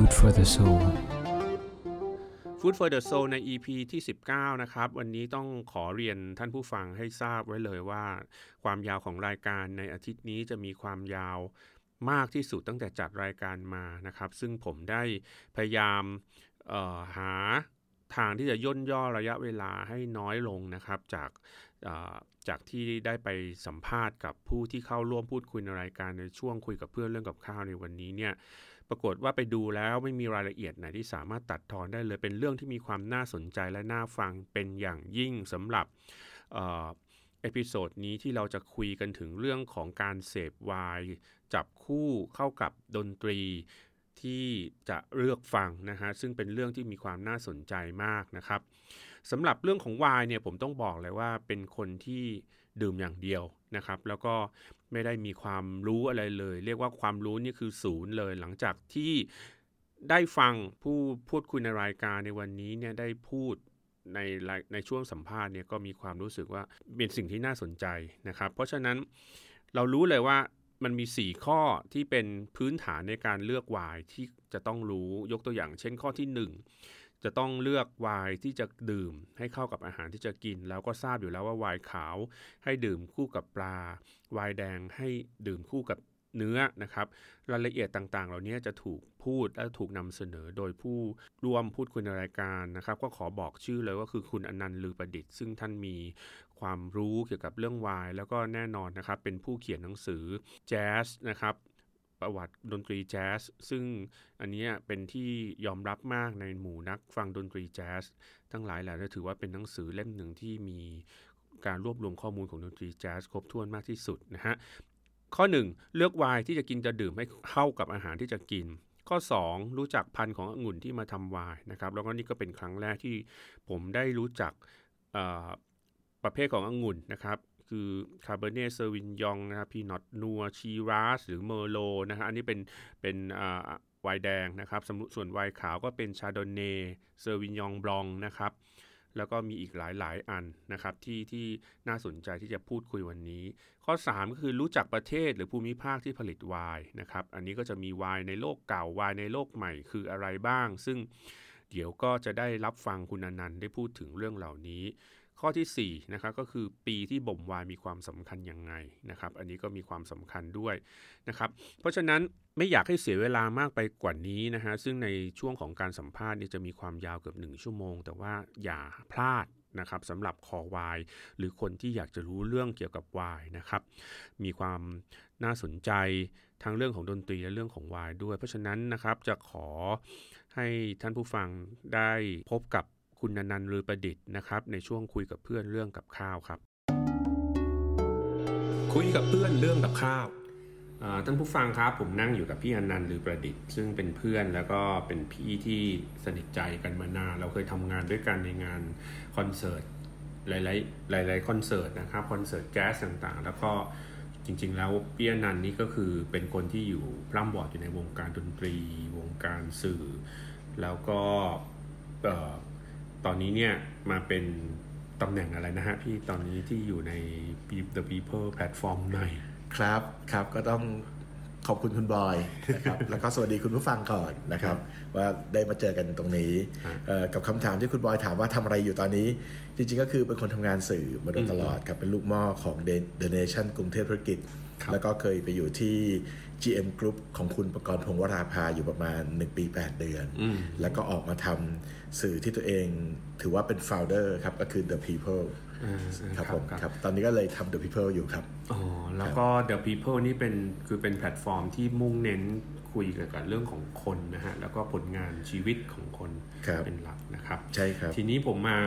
Food for the Soul Food for the Soul ใน EP ที่19นะครับวันนี้ต้องขอเรียนท่านผู้ฟังให้ทราบไว้เลยว่าความยาวของรายการในอาทิตย์นี้จะมีความยาวมากที่สุดตั้งแต่จัดรายการมานะครับซึ่งผมได้พยายามหาทางที่จะย่นย่อระยะเวลาให้น้อยลงนะครับจากที่ได้ไปสัมภาษณ์กับผู้ที่เข้าร่วมพูดคุยในรายการในช่วงคุยกับเพื่อนเรื่องกับข้าวในวันนี้เนี่ยปรากฏว่าไปดูแล้วไม่มีรายละเอียดไหนที่สามารถตัดทอนได้เลยเป็นเรื่องที่มีความน่าสนใจและน่าฟังเป็นอย่างยิ่งสำหรับเอพิโซดนี้ที่เราจะคุยกันถึงเรื่องของการเสพไวน์จับคู่เข้ากับดนตรีที่จะเลือกฟังนะฮะซึ่งเป็นเรื่องที่มีความน่าสนใจมากนะครับสำหรับเรื่องของไวน์เนี่ยผมต้องบอกเลยว่าเป็นคนที่ดื่มอย่างเดียวนะครับแล้วก็ไม่ได้มีความรู้อะไรเลยเรียกว่าความรู้นี่คือศูนย์เลยหลังจากที่ได้ฟังผู้พูดคุยในรายการในวันนี้เนี่ยได้พูดในช่วงสัมภาษณ์เนี่ยก็มีความรู้สึกว่าเป็นสิ่งที่น่าสนใจนะครับเพราะฉะนั้นเรารู้เลยว่ามันมี4ข้อที่เป็นพื้นฐานในการเลือกไวน์ที่จะต้องรู้ยกตัวอย่างเช่นข้อที่1จะต้องเลือกไวน์ที่จะดื่มให้เข้ากับอาหารที่จะกินแล้วก็ทราบอยู่แล้วว่าไวน์ขาวให้ดื่มคู่กับปลาไวน์แดงให้ดื่มคู่กับเนื้อนะครับรายละเอียดต่างๆเหล่านี้จะถูกพูดและถูกนำเสนอโดยผู้ร่วมพูดคุยในรายการนะครับก็ขอบอกชื่อเลยว่าคือคุณอนันต์ลือประดิษฐ์ซึ่งท่านมีความรู้เกี่ยวกับเรื่องไวน์แล้วก็แน่นอนนะครับเป็นผู้เขียนหนังสือแจ๊สนะครับประวัติดนตรีแจ๊สซึ่งอันนี้เป็นที่ยอมรับมากในหมู่นักฟังดนตรีแจ๊สทั้งหลายแหละถือว่าเป็นหนังสือเล่มหนึ่งที่มีการรวบรวมข้อมูลของดนตรีแจ๊สครบถ้วนมากที่สุดนะฮะข้อ1เลือกไวน์ที่จะกินจะดื่มให้เข้ากับอาหารที่จะกินข้อ2รู้จักพันธุ์ขององุ่นที่มาทำไวน์นะครับแล้วก็นี่ก็เป็นครั้งแรกที่ผมได้รู้จักประเภทขององุ่นนะครับคือคาร์เบเนตเซอร์วินยองนะครับพีนอตนัวชีราสหรือเมอร์โลนะฮะอันนี้เป็นไวน์แดงนะครับส่วนไวน์ขาวก็เป็นชาโดเน่เซอร์วินยองบลองนะครับแล้วก็มีอีกหลายอันนะครับที่น่าสนใจที่จะพูดคุยวันนี้ข้อ3ก็คือรู้จักประเทศหรือภูมิภาคที่ผลิตไวน์นะครับอันนี้ก็จะมีไวน์ในโลกเก่าไวน์ในโลกใหม่คืออะไรบ้างซึ่งเดี๋ยวก็จะได้รับฟังคุณอนันต์ได้พูดถึงเรื่องเหล่านี้ข้อที่4นะครับก็คือปีที่บ่มไวน์มีความสำคัญยังไงนะครับอันนี้ก็มีความสำคัญด้วยนะครับเพราะฉะนั้นไม่อยากให้เสียเวลามากไปกว่านี้นะฮะซึ่งในช่วงของการสัมภาษณ์นี่จะมีความยาวเกือบ1ชั่วโมงแต่ว่าอย่าพลาดนะครับสำหรับคอไวน์หรือคนที่อยากจะรู้เรื่องเกี่ยวกับไวน์นะครับมีความน่าสนใจทั้งเรื่องของดนตรีและเรื่องของไวน์ด้วยเพราะฉะนั้นนะครับจะขอให้ท่านผู้ฟังได้พบกับคุณอนันต์ลือประดิษฐ์นะครับในช่วงคุยกับเพื่อนเรื่องกับข้าวครับคุยกับเพื่อนเรื่องกับข้าวท่านผู้ฟังครับผมนั่งอยู่กับพี่อนันต์ลือประดิษฐ์ซึ่งเป็นเพื่อนแล้วก็เป็นพี่ที่สนิทใจกันมานานเราเคยทำงานด้วยกันในงานคอนเสิร์ตหลายคอนเสิร์ตนะครับคอนเสิร์ตแจ๊สต่างๆแล้วก็จริงๆแล้วพี่อนันต์นี่ก็คือเป็นคนที่อยู่พร่ำบอดอยู่ในวงการดนตรีวงการสื่อแล้วก็ตอนนี้เนี่ยมาเป็นตำแหน่งอะไรนะฮะพี่ตอนนี้ที่อยู่ใน The People แพลตฟอร์มไหนครับก็ต้องขอบคุณคุณบอยนะครับแล้วก็สวัสดีคุณผู้ฟังก่อนนะครับว่าได้มาเจอกันตรงนี้กับคำถามที่คุณบอยถามว่าทำอะไรอยู่ตอนนี้จริงๆก็คือเป็นคนทำงานสื่อมาโดยตลอดครับเป็นลูกหม้อของ The Nation กรุงเทพธุรกิจแล้วก็เคยไปอยู่ที่ GM Group ของคุณประกรณ์พงษ์วราภาอยู่ประมาณ1ปี8เดือนแล้วก็ออกมาทำสื่อที่ตัวเองถือว่าเป็น founder ครับก็คือ The People ครับผมครับตอนนี้ก็เลยทำ The People อยู่ครับแล้วก็ The People นี่เป็นแพลตฟอร์มที่มุ่งเน้นคุยเกี่ยวกับเรื่องของคนนะฮะแล้วก็ผลงานชีวิตของคนเป็นหลักนะครับใช่ครับทีนี้ผมมา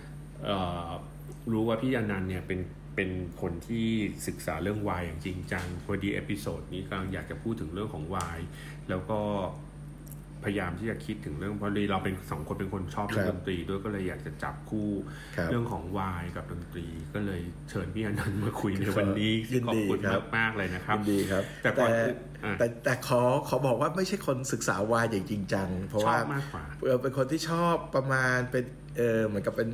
รู้ว่าพี่อนันต์เนี่ยเป็นคนที่ศึกษาเรื่องไวน์อย่างจริงจังพอดีเอพิโซดนี้กำลังอยากจะพูดถึงเรื่องของไวน์แล้วก็พยายามที่จะคิดถึงเรื่องเพราะเราเป็น2คนเป็นคนชอบเรื่องดนตรีด้วยก็เลยอยากจะจับคู่เรื่องของไวน์กับดนตรีก็เลยเชิญพี่อนันต์มาคุยในวันนี้ขอบคุณมากๆเลยนะครับยินดีครับแต่ขอบอกว่าไม่ใช่คนศึกษาไวน์อย่างจริงจังเพราะว่าเป็นคนที่ชอบประมาณเป็นเหมือนกับเป็น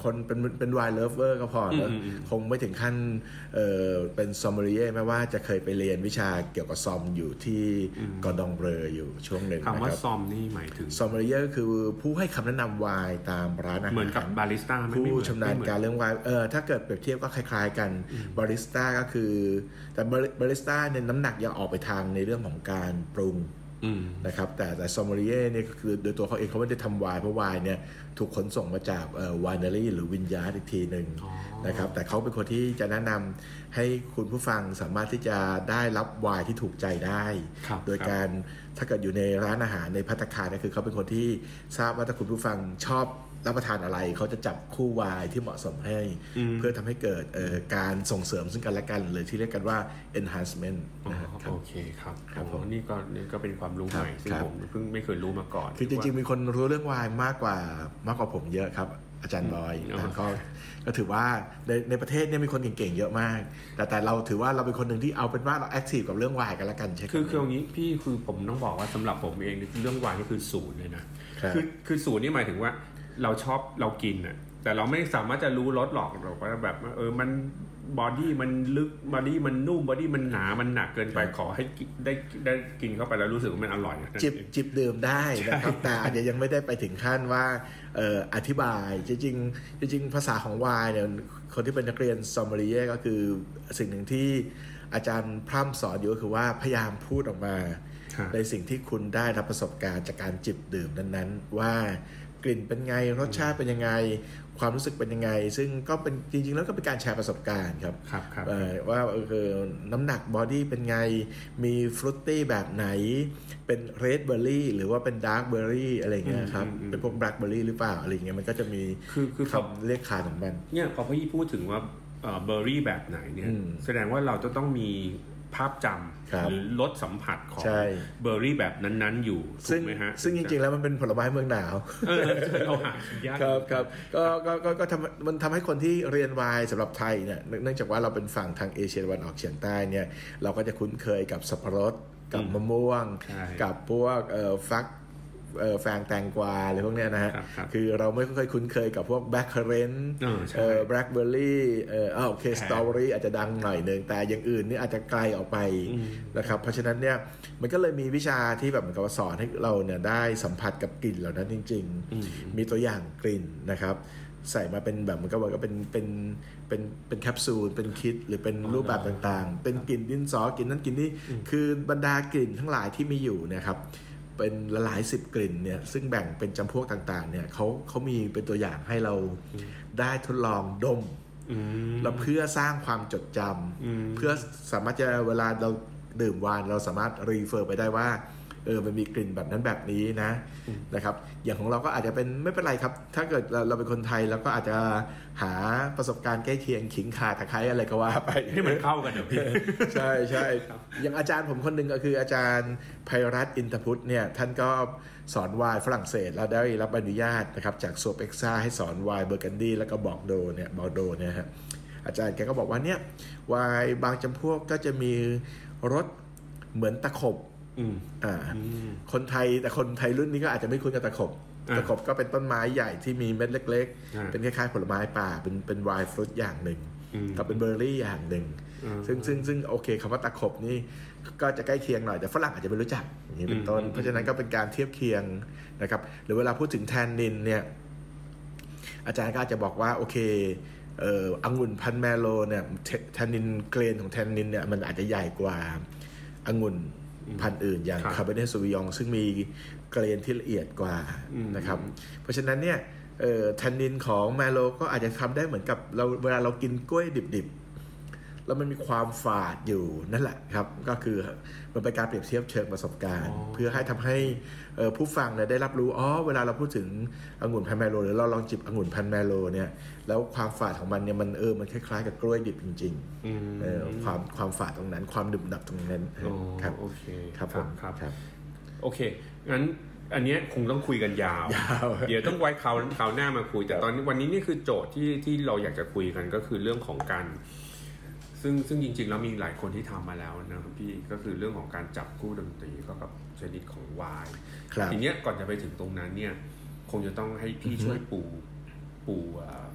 คนเป็นไวน์เลิฟเวอร์ก็พอแล้วคงไม่ถึงขั้นเป็นซอมเมอริเย่แม้ว่าจะเคยไปเรียนวิชาเกี่ยวกับซอมอยู่ที่กอร์ดองเบลออยู่ช่วงหนึ่งนะครับคำว่าซอมนี่หมายถึงซอมเมอริเย่ก็คือผู้ให้คำแนะนำไวน์ตามร้านอาหารเหมือนกับบาริสต้าผู้ชำนาญการเรื่องไวน์ถ้าเกิดเปรียบเทียบก็คล้ายๆกันบาริสต้าก็คือแต่บาริสต้าเนี่ยน้ำหนักยังออกไปทางในเรื่องของการปรุงนะครับแต่ซอมเมอริเย่เนี่ยก็คือโดยตัวเขาเองเขาไม่ได้ทำไวน์เพราะไวน์เนี่ยถูกขนส่งมาจากไวนารี่หรือวินยาร์ดอีกทีหนึ่งนะครับแต่เขาเป็นคนที่จะแนะนำให้คุณผู้ฟังสามารถที่จะได้รับไวน์ที่ถูกใจได้โดยการถ้าเกิดอยู่ในร้านอาหารในภัตตาคารก็คือเขาเป็นคนที่ทราบว่าถ้าคุณผู้ฟังชอบรับประทานอะไรเขาจะจับคู่ไวน์ที่เหมาะสมให้เพื่อทำให้เกิดการส่งเสริมซึ่งกันและกันหรือที่เรียกกันว่า enhancement โอเคครับนี่ก็เป็นความรู้ใหม่ซึ่งผมเพิ่งไม่เคยรู้มาก่อนคือจริงๆมีคนรู้เรื่องไวน์มากกว่าผมเยอะครับอาจารย์บอยก็ถือว่าในประเทศเนี่ยมีคนเก่งๆเยอะมากแต่เราถือว่าเราเป็นคนหนึ่งที่เอาเป็นว่าเราแอคทีฟกับเรื่องไวน์กันละกันใช่ไหมคืออย่างนี้พี่คือผมต้องบอกว่าสำหรับผมเองเรื่องไวน์นี่คือศูนย์เลยนะคือศูนย์นี่หมายถึงว่าเราชอบเรากินน่ะแต่เราไม่สามารถจะรู้รสหรอกว่าแบบมันบอดี้มันลึกบอดี้มันนุ่มบอดี้มันหนามันหนักเกินไปขอให้ได้กินเข้าไปแล้วรู้สึกว่ามันอร่อยจิบดื่มได้นะครับแต่อาจจะยังไม่ได้ไปถึงขั้นว่าอธิบายจริงภาษาของไวน์เนี่ยคนที่เป็นนักเรียนซอมเมอริเย่ก็คือสิ่งหนึ่งที่อาจารย์พร่ำสอนอยู่ก็คือว่าพยายามพูดออกมาในสิ่งที่คุณได้รับประสบการณ์จากการจิบดื่มนั้นๆว่ากลิ่นเป็นไงรสชาติเป็นยังไงความรู้สึกเป็นยังไงซึ่งก็เป็นจริงๆแล้วก็เป็นการแชร์ประสบการณ์ครับว่าน้ำหนักบอดี้เป็นไงมีฟรุตตี้แบบไหนเป็นเรดเบอร์รี่หรือว่าเป็นดาร์กเบอร์รี่อะไรเงี้ยครับเป็นพวกแบล็คเบอร์รี่หรือเปล่าอะไรเงี้ยมันก็จะมีคือคำเรียกขานของมันเนี่ยพอพี่พูดถึงว่าเบอร์รี่แบบไหนเนี่ยแสดงว่าเราจะต้องมีภาพจำหรือรสสัมผัสของเบอร์รี่แบบนั้นๆอยู่ถูกไหมฮะซึ่งจริงๆแล้วมันเป็นผลไม้เมืองหนาวเราหายากครับก็มันทำให้คนที่เรียนไวน์สำหรับไทยเนี่ยเนื่องจากว่าเราเป็นฝั่งทางเอเชียตะวันออกเฉียงใต้เนี่ยเราก็จะคุ้นเคยกับสับปะรดกับมะม่วงกับพวกฟักแฟงแตงกวาอะไรพวกเนี้ยนะฮะคือเราไม่ค่อยคุ้นเคยกับพวกแบล็คเคอร์เรนต์แบล็คเบอร์รี่โอเคสตรอเบอรี่อาจจะดังหน่อยนึงแต่อย่างอื่นนี่อาจจะไกลออกไปนะครับเพราะฉะนั้นเนี่ยมันก็เลยมีวิชาที่แบบเหมือนกับสอนให้เราเนี่ยได้สัมผัสกับกลิ่นเหล่านั้นจริงๆมีตัวอย่างกลิ่นนะครับใส่มาเป็นแบบมันก็บอกว่าเป็นแคปซูลเป็นคิดหรือเป็นรูปแบบต่างๆเป็นกลิ่นดินสอกลิ่นนั้นกลิ่นนี้คือบรรดากลิ่นทั้งหลายที่มีอยู่เนี่ยครับเป็นหลายสิบกลิ่นเนี่ยซึ่งแบ่งเป็นจำพวกต่างๆเนี่ยเขามีเป็นตัวอย่างให้เราได้ทดลองดมแล้วเพื่อสร้างความจดจำเพื่อสามารถจะเวลาเราดื่มไวน์เราสามารถรีเฟอร์ไปได้ว่ามันมีกลิ่นแบบนั้นแบบนี้นะครับอย่างของเราก็อาจจะเป็นไม่เป็นไรครับถ้าเกิดเราเป็นคนไทยเราก็อาจจะหาประสบการณ์ใกล้เคียงขิงข่าตะไคร้อะไรก็ว่าไปให้มันเข้ากันเดี๋ยวพี่ใช่ใช่อย่างอาจารย์ผมคนหนึ่งก็คืออาจารย์ไพรัตน์อินทพุทธเนี่ยท่านก็สอนไวน์ฝรั่งเศสแล้วได้รับอนุญาตนะครับจากโซเปกซ่าให้สอนไวน์เบอร์กันดี้แล้วก็บอร์โดเนี่ยฮะอาจารย์แกก็บอกว่าเนี่ยไวน์บางจำพวกก็จะมีรสเหมือนตะขบคนไทยรุ่นนี้ก็อาจจะไม่คุ้นกับตะขบก็เป็นต้นไม้ใหญ่ที่มีเม็ดเล็กๆเป็นคล้ายๆผลไม้ป่าเป็นไวน์ฟรุตอย่างหนึ่งกับเป็นเบอร์รี่อย่างหนึ่งซึ่งโอเคคำว่าตะขบนี่ก็จะใกล้เคียงหน่อยแต่ฝรั่งอาจจะไม่รู้จักอย่างนี้เป็นต้นเพราะฉะนั้นก็เป็นการเทียบเคียงนะครับหรือเวลาพูดถึงแทนนินเนี่ยอาจารย์ก็อาจจะบอกว่าโอเคองุ่นพันธุ์แมโลเนี่ยแทนนินเกรนของแทนนินเนี่ยมันอาจจะใหญ่กว่าองุ่นพันธุ์อื่นอย่างคาร์เบเนตซูวิยองซึ่งมีเกรนที่ละเอียดกว่านะครับเพราะฉะนั้นเนี่ยแทนนินของแมโลก็อาจจะทำได้เหมือนกับเราเวลาเรากินกล้วยดิบๆแล้วมันมีความฝาดอยู่นั่นแหละครับก็คือมันเป็นการเปรียบเทียบเชิงประสบการณ์เพื่อให้ทำให้ผู้ฟังเนี่ยได้รับรู้เวลาเราพูดถึงองุ่นพันธุ์แมโลหรือเราลองจิบองุ่นพันธุ์แมโลเนี่ยแล้วความฝาดของมันเนี่ยมันคล้ายๆกับกล้วยดิบจริงๆความฝาดตรงนั้นความดึบดับตรงนั้นครับโอเคครับผมครับโอเคงั้นอันนี้คงต้องคุยกันยาวเดี๋ยวต้องไว้คราวหน้ามาคุยแต่ตอนนี้วันนี้นี่คือโจทย์ที่เราอยากจะคุยกันก็คือเรื่องของการซึ่งจริงๆแล้วมีหลายคนที่ทำมาแล้วนะครับพี่ก็คือเรื่องของการจับคู่ดนตรีก็กับชนิดของไวน์ทีเนี้ยก่อนจะไปถึงตรงนั้นเนี่ยคงจะต้องให้พี่ช่วยปู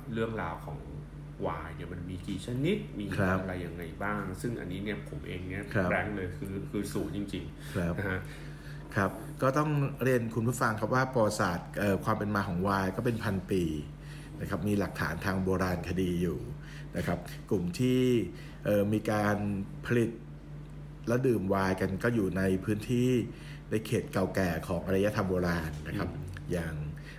เรื่องราวของวายเนี่ยมันมีกี่ชนิดมีอะไรยังไงบ้างซึ่งอันนี้เนี่ยผมเองเนี่ยแรงเลยคือศูนย์จริงๆนะฮะครับก็ต้องเรียนคุณผู้ฟังครับว่าประวัติศาสตร์ความเป็นมาของไวน์ก็เป็นพันปีนะครับมีหลักฐานทางโบราณคดีอยู่นะครับกลุ่มที่มีการผลิตและดื่มไวน์กันก็อยู่ในพื้นที่ในเขตเก่าแก่ของอารยธรรมโบราณนะครับอย่าง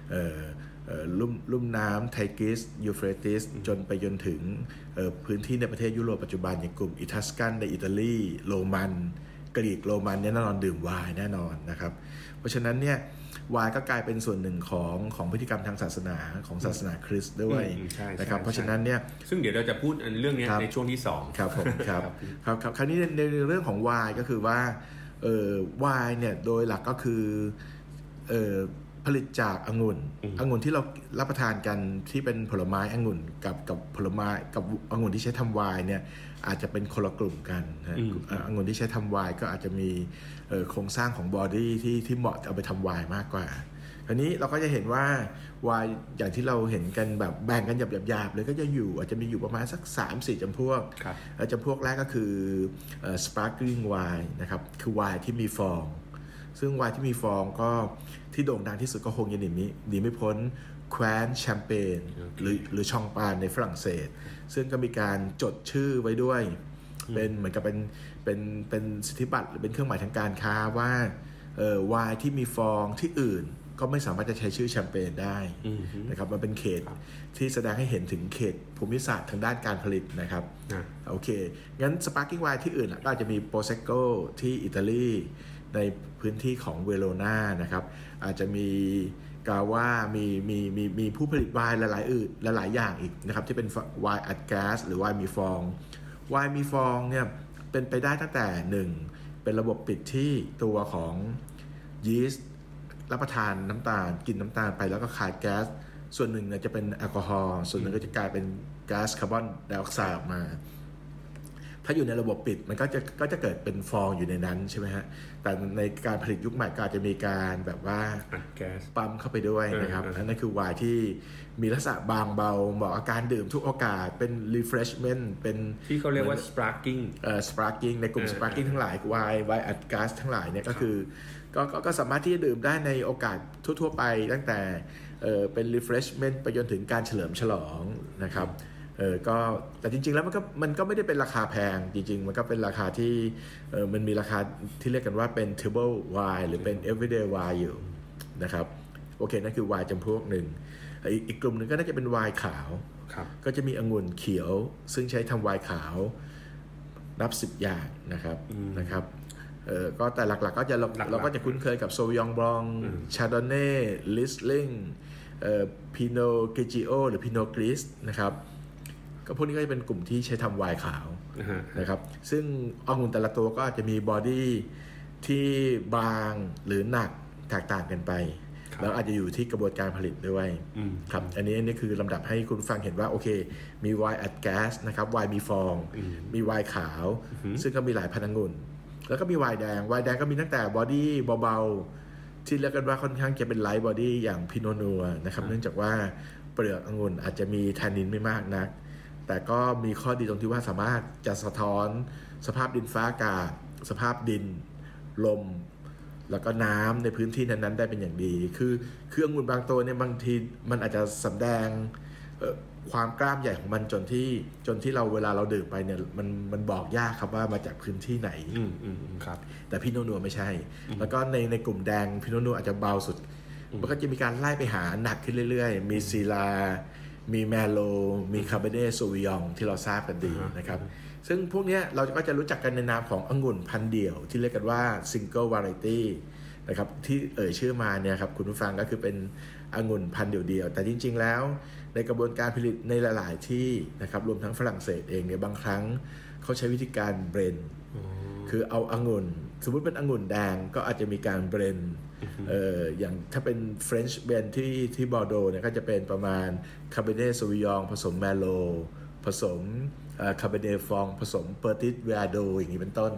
ลุ่มน้ำไทกริสยูเฟรติสจนไปจนถึงพื้นที่ในประเทศยุโรปปัจจุบันอย่างกลุ่มอิทัสกันในอิตาลีโรมันกรีกโรมันเนี่ยแน่นอนดื่มไวน์แน่นอนนะครับเพราะฉะนั้นเนี่ยไวน์ก็กลายเป็นส่วนหนึ่งของพฤติกรรมทางศาสนาของศาสนาคริสต์ด้วยนะครับเพราะฉะนั้นเนี่ยซึ่งเดี๋ยวเราจะพูดเรื่องนี้ในช่วงที่2 ครับผมครับคราวนี้ในเรื่องของไวน์ก็คือว่าไวน์เนี่ยโดยหลักก็คือผลิตจากองุ่นที่เรารับประทานกันที่เป็นผลไม้องุ่นกับผลไม้กับองุ่นที่ใช้ทำไวน์เนี่ยอาจจะเป็นคนละกลุ่มกันนะองุ่นที่ใช้ทำไวน์ก็อาจจะมีโครงสร้างของบอดี้ที่เหมาะเอาไปทำไวน์มากกว่าคราวนี้เราก็จะเห็นว่าไวน์อย่างที่เราเห็นกันแบบแบ่งกันหยาบๆเลยก็จะอาจจะมีอยู่ประมาณสัก 3-4 จำพวกจำพวกแรกก็คือsparkling wine นะครับคือไวน์ที่มีฟองซึ่งไวน์ที่มีฟองก็ที่โด่งดังที่สุดก็คงจะหนีไม่พ้นแคว้นแชมเปญหรือชองปานในฝรั่งเศสซึ่งก็มีการจดชื่อไว้ด้วยเป็นเหมือนกับเป็นสิทธิบัตรหรือเป็นเครื่องหมายทางการค้าว่าไวน์ที่มีฟองที่อื่นก็ไม่สามารถจะใช้ชื่อแชมเปญได้นะครับมันเป็นเขตที่แสดงให้เห็นถึงเขตภูมิศาสตร์ทางด้านการผลิตนะครับโอเคงั้นสปาร์กิ้งไวน์ที่อื่นก็อาจจะมีโปรเซโกที่อิตาลีในพื้นที่ของเวโรนานะครับอาจจะมีกาว่ามีผู้ผลิตไวน์หลายอย่างอีกนะครับที่เป็นไวน์อัดแก๊สหรือไวน์มีฟองไวน์มีฟองเนี่ยเป็นไปได้ตั้งแต่1เป็นระบบปิดที่ตัวของยีสต์รับประทานน้ำตาลกินน้ำตาลไปแล้วก็ขายแก๊สส่วนหนึ่งเนี่ยจะเป็นแอลกอฮอล์ส่วนหนึ่งก็จะกลายเป็นแก๊สคาร์บอนไดออกไซด์ออกมาถ้าอยู่ในระบบปิดมันก็จะเกิดเป็นฟองอยู่ในนั้นใช่ไหมฮะแต่ในการผลิตยุคใหม่ก็อาจจะมีการแบบว่าปั๊มเข้าไปด้วยนะครับนั่นคือไวน์ที่มีลักษณะบางเบาเหมาะกับการดื่มทุกโอกาสเป็น refreshment เป็นที่เขาเรียกว่า sparkling ในกลุ่ม sparkling ทั้งหลายไวน์อัดก๊าซทั้งหลายเนี่ยก็คือก็สามารถที่จะดื่มได้ในโอกาสทั่วๆไปตั้งแต่เป็น refreshment ไปจนถึงการเฉลิมฉลองนะครับก็แต่จริงๆแล้วมันก็ไม่ได้เป็นราคาแพงจริงๆมันก็เป็นราคาที่มันมีราคาที่เรียกกันว่าเป็น table wine หรือเป็น everyday wine อยู่นะครับโอเคนั่นคือไวน์จำพวกหนึ่งอีกกลุ่มหนึ่งก็น่าจะเป็นไวน์ขาวก็จะมีองุ่นเขียวซึ่งใช้ทำไวน์ขาวนับ10อย่างนะครับก็แต่หลักๆก็จะเราก็จะคุ้นเคยกับโซวิยองบลองชาร์ดอนเน่ลิสลิงพิโนเกจิโอหรือพิโนกริสนะครับก็พวกนี้ก็จะเป็นกลุ่มที่ใช้ทำไวน์ขาวนะครับซึ่งองุ่นแต่ละตัวก็อาจจะมีบอดี้ที่บางหรือหนักแตกต่างกันไปแล้วอาจจะอยู่ที่กระบวนการผลิตด้วยครับอันนี้คือลำดับให้คุณฟังเห็นว่าโอเคมีไวน์อัดแก๊สนะครับไวน์มีฟองมีไวน์ขาวซึ่งก็มีหลายพันธุ์องุ่นแล้วก็มีไวน์แดงก็มีตั้งแต่บอดี้เบาๆที่เรียกกันว่าค่อนข้างจะเป็นไลท์บอดี้อย่างพิโนนัวนะครับเนื่องจากว่าเปลือกองุ่นอาจจะมีแทนนินไม่มากนักแต่ก็มีข้อดีตรงที่ว่าสามารถจะสะท้อนสภาพดินฟ้าอากาศสภาพดินลมแล้วก็น้ำในพื้นที่นั้นๆได้เป็นอย่างดีคือองุ่นบางตัวเนี่ยบางทีมันอาจจะสำแดงความกล้ามใหญ่ของมันจนที่เราเวลาเราดื่มไปเนี่ยมันบอกยากครับว่ามาจากพื้นที่ไหนครับแต่พิโนนัวไม่ใช่แล้วก็ในกลุ่มแดงพิโนนัวอาจจะเบาสุดมันก็จะมีการไล่ไปหาหนักขึ้นเรื่อยๆมีซีลามีแมโลมีคาเบเนโซวิยองที่เราทราบกันดีนะครับซึ่งพวกนี้เราก็จะรู้จักกันในนามขององุ่นพันธุ์เดี่ยวที่เรียกกันว่า single variety นะครับที่ชื่อมาเนี่ยครับคุณผู้ฟังก็คือเป็นองุ่นพันธุ์เดี่ยวๆแต่จริงๆแล้วในกระบวนการผลิตในหลายๆที่นะครับรวมทั้งฝรั่งเศสเองเนี่ยบางครั้งเขาใช้วิธีการเบรนด์คือเอาองุ่นสมมุติเป็นองุ่นแดงก็อาจจะมีการเบรนด์อย่างถ้าเป็น French blend ที่บอร์โดเนี่ยก็จะเป็นประมาณ Cabernet Sauvignon ผสม Merlot ผสมCabernet Franc ผสม Petit Verdot อย่างนี้เป็นต้น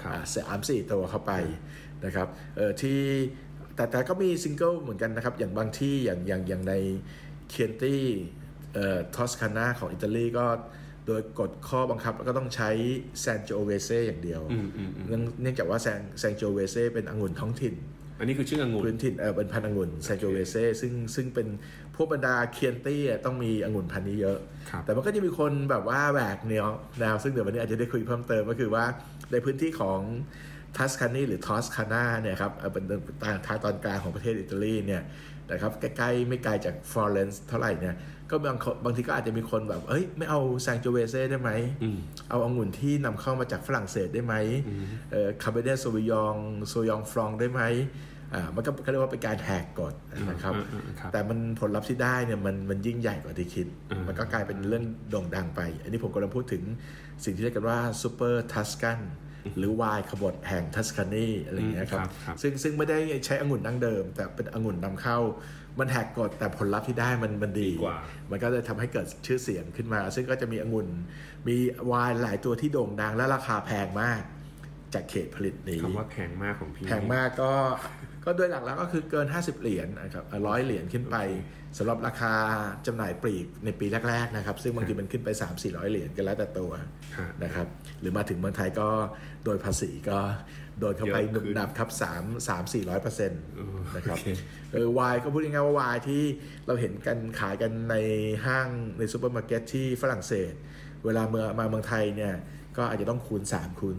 3-4 ตัวเข้าไปนะครับที่แต่ก็มีซิงเกิลเหมือนกันนะครับอย่างบางที่อย่างในเคียนตี้ทอสคานาของอิตาลีก็โดยกฎข้อบังคับก็ต้องใช้แซนโจเวเซ่อย่างเดียวเนื่องจากว่าแซนโจเวเซ่เป็นองุ่นท้องถิ่นอันนี้คือชื่อองุ่นพื้นถิ่นเป็นพันธุ์องุ่นแซนโจเวเซ่ซึ่งเป็นพวกบรรดาเคียนตี้ต้องมีองุ่นพันธุ์นี้เยอะแต่มันก็จะมีคนแบบว่าแหวกแนวซึ่งเดี๋ยววันนี้อาจจะได้คุยเพิ่มเติมก็คือว่าในพื้นที่ของทัสคานีหรือทอสคานาเนี่ยครับเป็นทางตอนกลางของประเทศอิตาลีเนี่ยนะครับใกล้ๆไม่ไกลจากฟลอเรนซ์เท่าไหร่เนี่ยก็บางทีก็อาจจะมีคนแบบไม่เอาแซงโจเวเซ่ได้ไหมเอาองุ่นที่นำเข้ามาจากฝรั่งเศสได้ไหมคาเบเนโซยองฟรองได้ไหมมันก็เรียกว่าเป็นการแหกกฎนะครับแต่มันผลลัพธ์ที่ได้เนี่ยมันยิ่งใหญ่กว่าที่คิดมันก็กลายเป็นเรื่องโด่งดังไปอันนี้ผมกำลังพูดถึงสิ่งที่เรียกกันว่าซูเปอร์ทัสกันหรือไวน์ขบถแห่งทัสคานีอะไรอย่างเงี้ยครับซึ่งไม่ได้ใช้องุ่นดั้งเดิมแต่เป็นองุ่นนำเข้ามันแหกกฎแต่ผลลัพธ์ที่ได้มันดีมันก็เลยทำให้เกิดชื่อเสียงขึ้นมาซึ่งก็จะมีองุ่นมีไวน์หลายตัวที่โด่งดังและราคาแพงมากจากเขตผลิตนี้คำว่าแพงมากของพี่แพงมากก็โดยหลักแล้วก็คือเกิน50เหรียญนะครับ100เหรียญขึ้นไปสำหรับราคาจำหน่ายปลีกในปีแรกๆนะครับซึ่งบางทีมันขึ้นไป 300-400 เหรียญกันแล้วแต่ตัวนะครับหรือมาถึงเมืองไทยก็โดยภาษีก็โดนเข้าไปหนุบหนับครับ 3-400% นะครับไวน์ก็พูดง่ายๆว่าไวน์ที่เราเห็นกันขายกันในห้างในซูเปอร์มาร์เก็ตที่ฝรั่งเศสเวลามาเมืองไทยเนี่ยก็อาจจะต้องคูณ3คูณ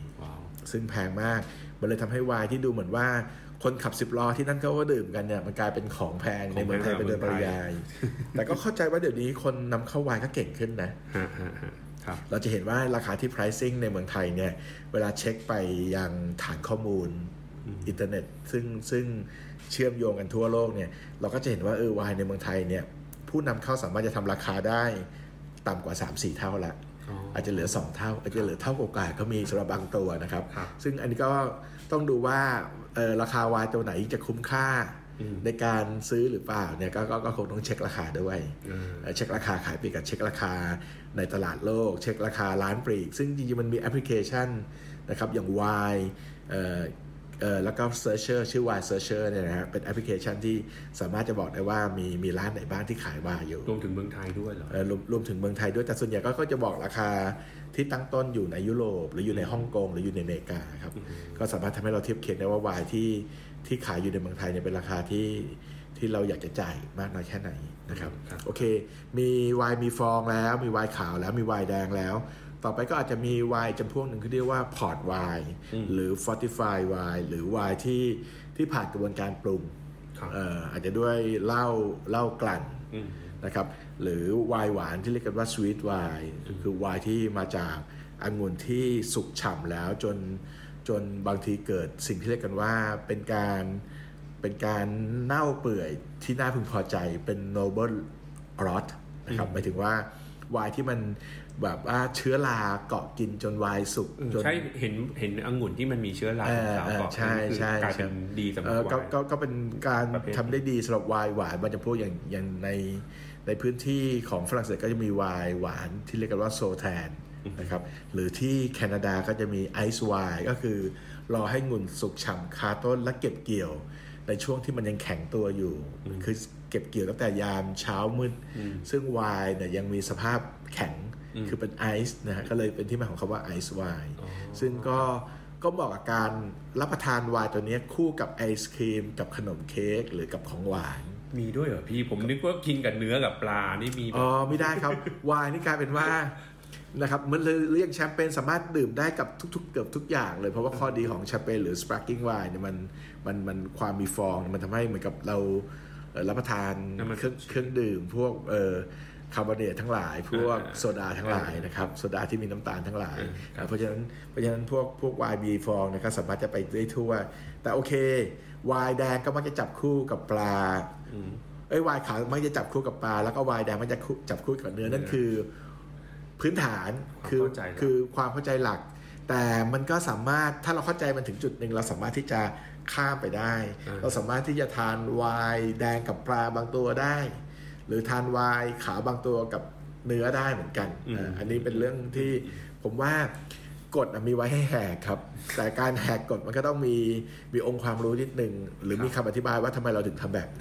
4ซึ่งแพงมากมันเลยทำให้ไวน์ที่ดูเหมือนว่าคนขับ10ล้อที่นั่นเขาก็ดื่มกันเนี่ยมันกลายเป็นของแพงในเมืองไทยเป็นโดยปริยายแต่ก็เข้าใจว่าเดี๋ยวนี้คนนำเข้าไวน์ก็เก่งขึ้นนะเราจะเห็นว่าราคาที่ pricing ในเมืองไทยเนี่ยเวลาเช็คไปยังฐานข้อมูลอินเทอร์เน็ตซึ่งเชื่อมโยงกันทั่วโลกเนี่ยเราก็จะเห็นว่าไวน์ในเมืองไทยเนี่ยผู้นำเข้าสามารถจะทำราคาได้ต่ำกว่า 3-4 เท่าละอาจจะเหลือ2เท่าอาจจะเหลือเท่ากว่าก็มีสำหรับบางตัวนะครับซึ่งอันนี้ก็ต้องดูว่าราคาวายตัวไหนจะคุ้มค่าในการซื้อหรือเปล่าเนี่ยก็คงต้องเช็คราคาด้วยเช็คราคาขายปลีกกับเช็คราคาในตลาดโลกเช็คราคาร้านปลีกซึ่งจริงๆมันมีแอปพลิเคชันนะครับอย่าง Y แล้วก็ Searcher ชื่อ Y Searcher เนี่ยนะฮะเป็นแอปพลิเคชันที่สามารถจะบอกได้ว่ามีร้านไหนบ้างที่ขายวายอยู่รวมถึงเมืองไทยด้วยเหรอรวมถึงเมืองไทยด้วยแต่ส่วนใหญ่ก็จะบอกราคาที่ตั้งต้นอยู่ในยุโรปหรืออยู่ในฮ่องกงหรืออยู่ในอเมริกาครับก็สามารถทำให้เราเทียบเคียงได้ว่าวายที่ขายอยู่ในเมืองไทยเนี่ยเป็นราคาที่เราอยากจะจ่ายมากน้อยแค่ไหนนะครับโอเคมีไวน์มีฟองแล้วมีไวน์ขาวแล้วมีไวน์แดงแล้วต่อไปก็อาจจะมีไวน์จำพวกหนึ่งที่เรียกว่าพอร์ตไวน์หรือ fortify ไวน์หรือไวน์ที่ผ่านกระบวนการปรุงอาจจะด้วยเหล้ากลั่นนะครับหรือไวน์หวานที่เรียกกันว่า sweet wine คือไวน์ที่มาจากองุ่นที่สุกฉ่ำแล้วจนบางทีเกิดสิ่งที่เรียกกันว่าเป็นการเน่าเปื่อยที่น่าพึงพอใจเป็น noble rot นะครับหมายถึงว่าไวน์ที่มันแบบว่าเชื้อราเกาะกินจนไวน์สุกใช่เห็นองุ่นที่มันมีเชื้อราเกาะใช่กลายเป็นดีสำหรับไวน์ก็เป็นการทำได้ดีสำหรับไวน์หวานมันจะพวกอย่างในพื้นที่ของฝรั่งเศสก็จะมีไวน์หวานที่เรียกกันว่าโซแทนนะครับหรือที่แคนาดาก็จะมีไอซ์ไวน์ก็คือรอให้งุ่นสุกฉ่ำคาต้นและเก็บเกี่ยวในช่วงที่มันยังแข็งตัวอยู่คือเก็บเกี่ยวตั้งแต่ยามเช้ามืดซึ่งไวน์เนี่ยยังมีสภาพแข็งคือเป็นไอซ์นะฮะก็เลยเป็นที่มาของคำว่าไอซ์ไวน์ซึ่งก็เหมาะกับการรับประทานไวน์ตัวนี้คู่กับไอศครีมกับขนมเค้กหรือกับของหวานมีด้วยเหรอพี่ผมนึกว่ากินกับเนื้อกับปลานี่มีไม่ได้ครับไวน์นี่กลายเป็นว่านะครับมันเรียกแชมเปญสามารถดื่มได้กับเกือบทุกอย่างเลยเพราะว่าข้อดีของแชมเปญหรือ sparkling wine เนี่ยมันความมีฟองมันทำให้เหมือนกับเรารับประทานเครื่องดื่มพวกคาร์บอเนตทั้งหลายพวกโซดาทั้งหลายนะครับโซดาที่มีน้ำตาลทั้งหลายเพราะฉะนั้นพวกไวน์มีฟองนะครับสามารถจะไปได้ทั่วแต่โอเคไวน์แดงก็มักจะจับคู่กับปลาไวน์ขาวมักจะจับคู่กับปลาแล้วก็ไวน์แดงมันจะจับคู่กับเนื้อนั่นคือพื้นฐานคือความเข้าใจหลักแต่มันก็สามารถถ้าเราเข้าใจมันถึงจุดหนึ่งเราสามารถที่จะข้ามไปได้เราสามารถที่จะทานไวน์แดงกับปลาบางตัวได้หรือทานไวน์ขาวบางตัวกับเนื้อได้เหมือนกันอันนี้เป็นเรื่องที่ผมว่ากฎมีไว้ให้แหกครับแต่การแหกกฎมันก็ต้องมีองค์ความรู้นิดนึงหรือมีคำอธิบายว่าทำไมเราถึงทำแบบนั้น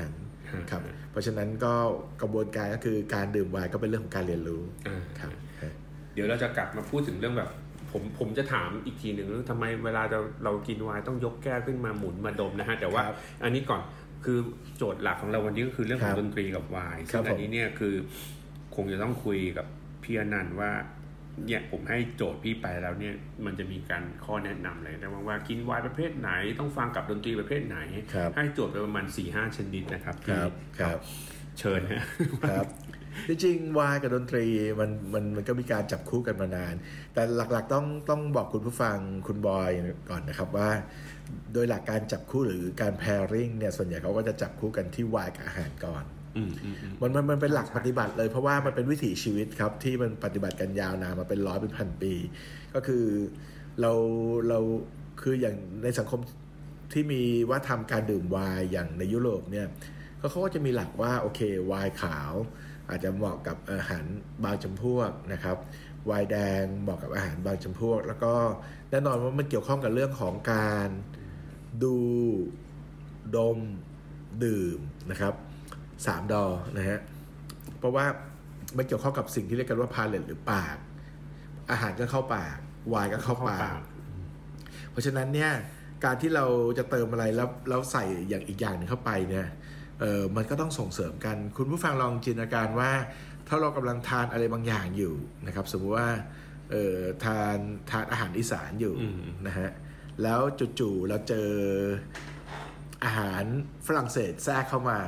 ครับเพราะฉะนั้นก็กระบวนการก็คือการดื่มไวน์ก็เป็นเรื่องของการเรียนรู้ครับเดี๋ยวเราจะกลับมาพูดถึงเรื่องแบบผมจะถามอีกทีหนึ่งทำไมเวลาเรากินไวน์ต้องยกแก้วขึ้นมาหมุนมาดมนะฮะแต่ว่าอันนี้ก่อนคือโจทย์หลักของเราวันนี้ก็คือเรื่องของดนตรีกับไวน์ซึ่งอันนี้เนี่ยคือคงจะต้องคุยกับพี่อนันต์ว่าเนี่ยผมให้โจทย์พี่ไปแล้วเนี่ยมันจะมีการข้อแนะนำเลยนะว่ากินไวน์ประเภทไหนต้องฟังกับดนตรีประเภทไหนให้โจทย์ไปประมาณ 4-5 ชนิดนะครับครับเชิญครับจริงๆไวน์กับดนตรีมันก็มีการจับคู่กันมานานแต่หลักๆต้องบอกคุณผู้ฟังคุณบอยก่อนนะครับว่าโดยหลักการจับคู่หรือการ pairing เนี่ยส่วนใหญ่เขาก็จะจับคู่กันที่ไวน์กับอาหารก่อนมันเป็นหลักปฏิบัติเลยเพราะว่ามันเป็นวิถีชีวิตครับที่มันปฏิบัติกันยาวนานมาเป็นร้อยเป็นพันปีก็คือเราคืออย่างในสังคมที่มีว่าทำการดื่มไวน์อย่างในยุโรปเนี่ยเขาก็จะมีหลักว่าโอเคไวน์ขาวอาจจะเหมาะกับอาหารบางจำพวกนะครับไวน์แดงเหมาะกับอาหารบางจำพวกแล้วก็แน่นอนว่ามันเกี่ยวข้องกับเรื่องของการดูดมดื่มนะครับ3 ดอนะฮะเพราะว่ามันเกี่ยวข้องกับสิ่งที่เรียกกันว่าพาเลตหรือปากอาหารก็เข้าปากไวน์ก็เข้าปากเพราะฉะนั้นเนี่ยการที่เราจะเติมอะไรแล้วใส่อย่างอีกอย่างนึงเข้าไปเนี่ยมันก็ต้องส่งเสริมกันคุณผู้ฟังลองจินตนาการว่าถ้าเรากำลังทานอะไรบางอย่างอยู่นะครับสมมุติว่าทานอาหารอีสานอยู่นะฮะแล้วจู่ๆเราเจออาหารฝรั่งเศสแทรกเข้ามา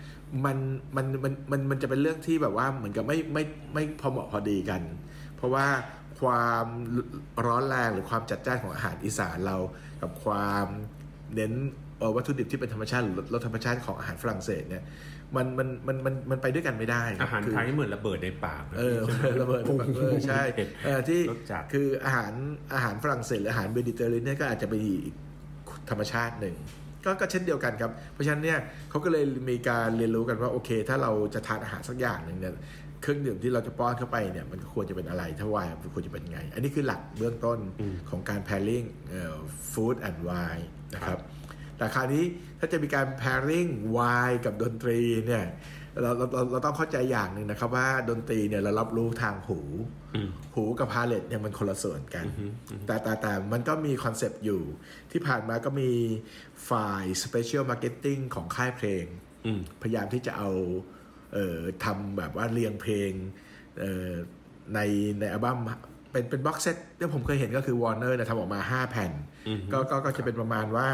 มันจะเป็นเรื่องที่แบบว่าเหมือนกับไม่พอเหมาะพอดีกันเพราะว่าความร้อนแรงหรือความจัดจ้านของอาหารอีสานเรากับความเน้นวัตถุดิบที่เป็นธรรมชาติหรือรสธรรมชาติของอาหารฝรั่งเศสเนี่ยมันไปด้วยกันไม่ได้อาหารไทยเหมือนระเบิดในปากระเบิดใช่ที่คืออาหารฝรั่งเศสหรืออาหารเมดิเตอร์เรเนียนก็อาจจะเป็นอีกธรรมชาติหนึ่งก็เช่นเดียวกันครับเพราะฉะนั้นเนี่ยเขาก็เลยมีการเรียนรู้กันว่าโอเคถ้าเราจะทานอาหารสักอย่างหนึ่งเนี่ยเครื่องดื่มที่เราจะป้อนเข้าไปเนี่ยมันควรจะเป็นอะไรถ้าไวน์มันควรจะเป็นไงอันนี้คือหลักเบื้องต้นของการ pairing food and wine นะครับแต่คราวนี้ถ้าจะมีการ pairing ไวน์กับดนตรีเนี่ยเราต้องเข้าใจอย่างหนึ่งนะครับว่าดนตรีเนี่ยเรารับรู้ทางหูกับพาเลตเนี่ยมันคนละส่วนกันแต่มันก็มีคอนเซปต์อยู่ที่ผ่านมาก็มีฝ่าย Special Marketing ของค่ายเพลงพยายามที่จะเอาทำแบบว่าเรียงเพลงในอัลบั้มเป็นบ็อกเซตที่ผมเคยเห็นก็คือ Warner ทำออกมา5 แผ่นก็จะเป็นประมาณว่า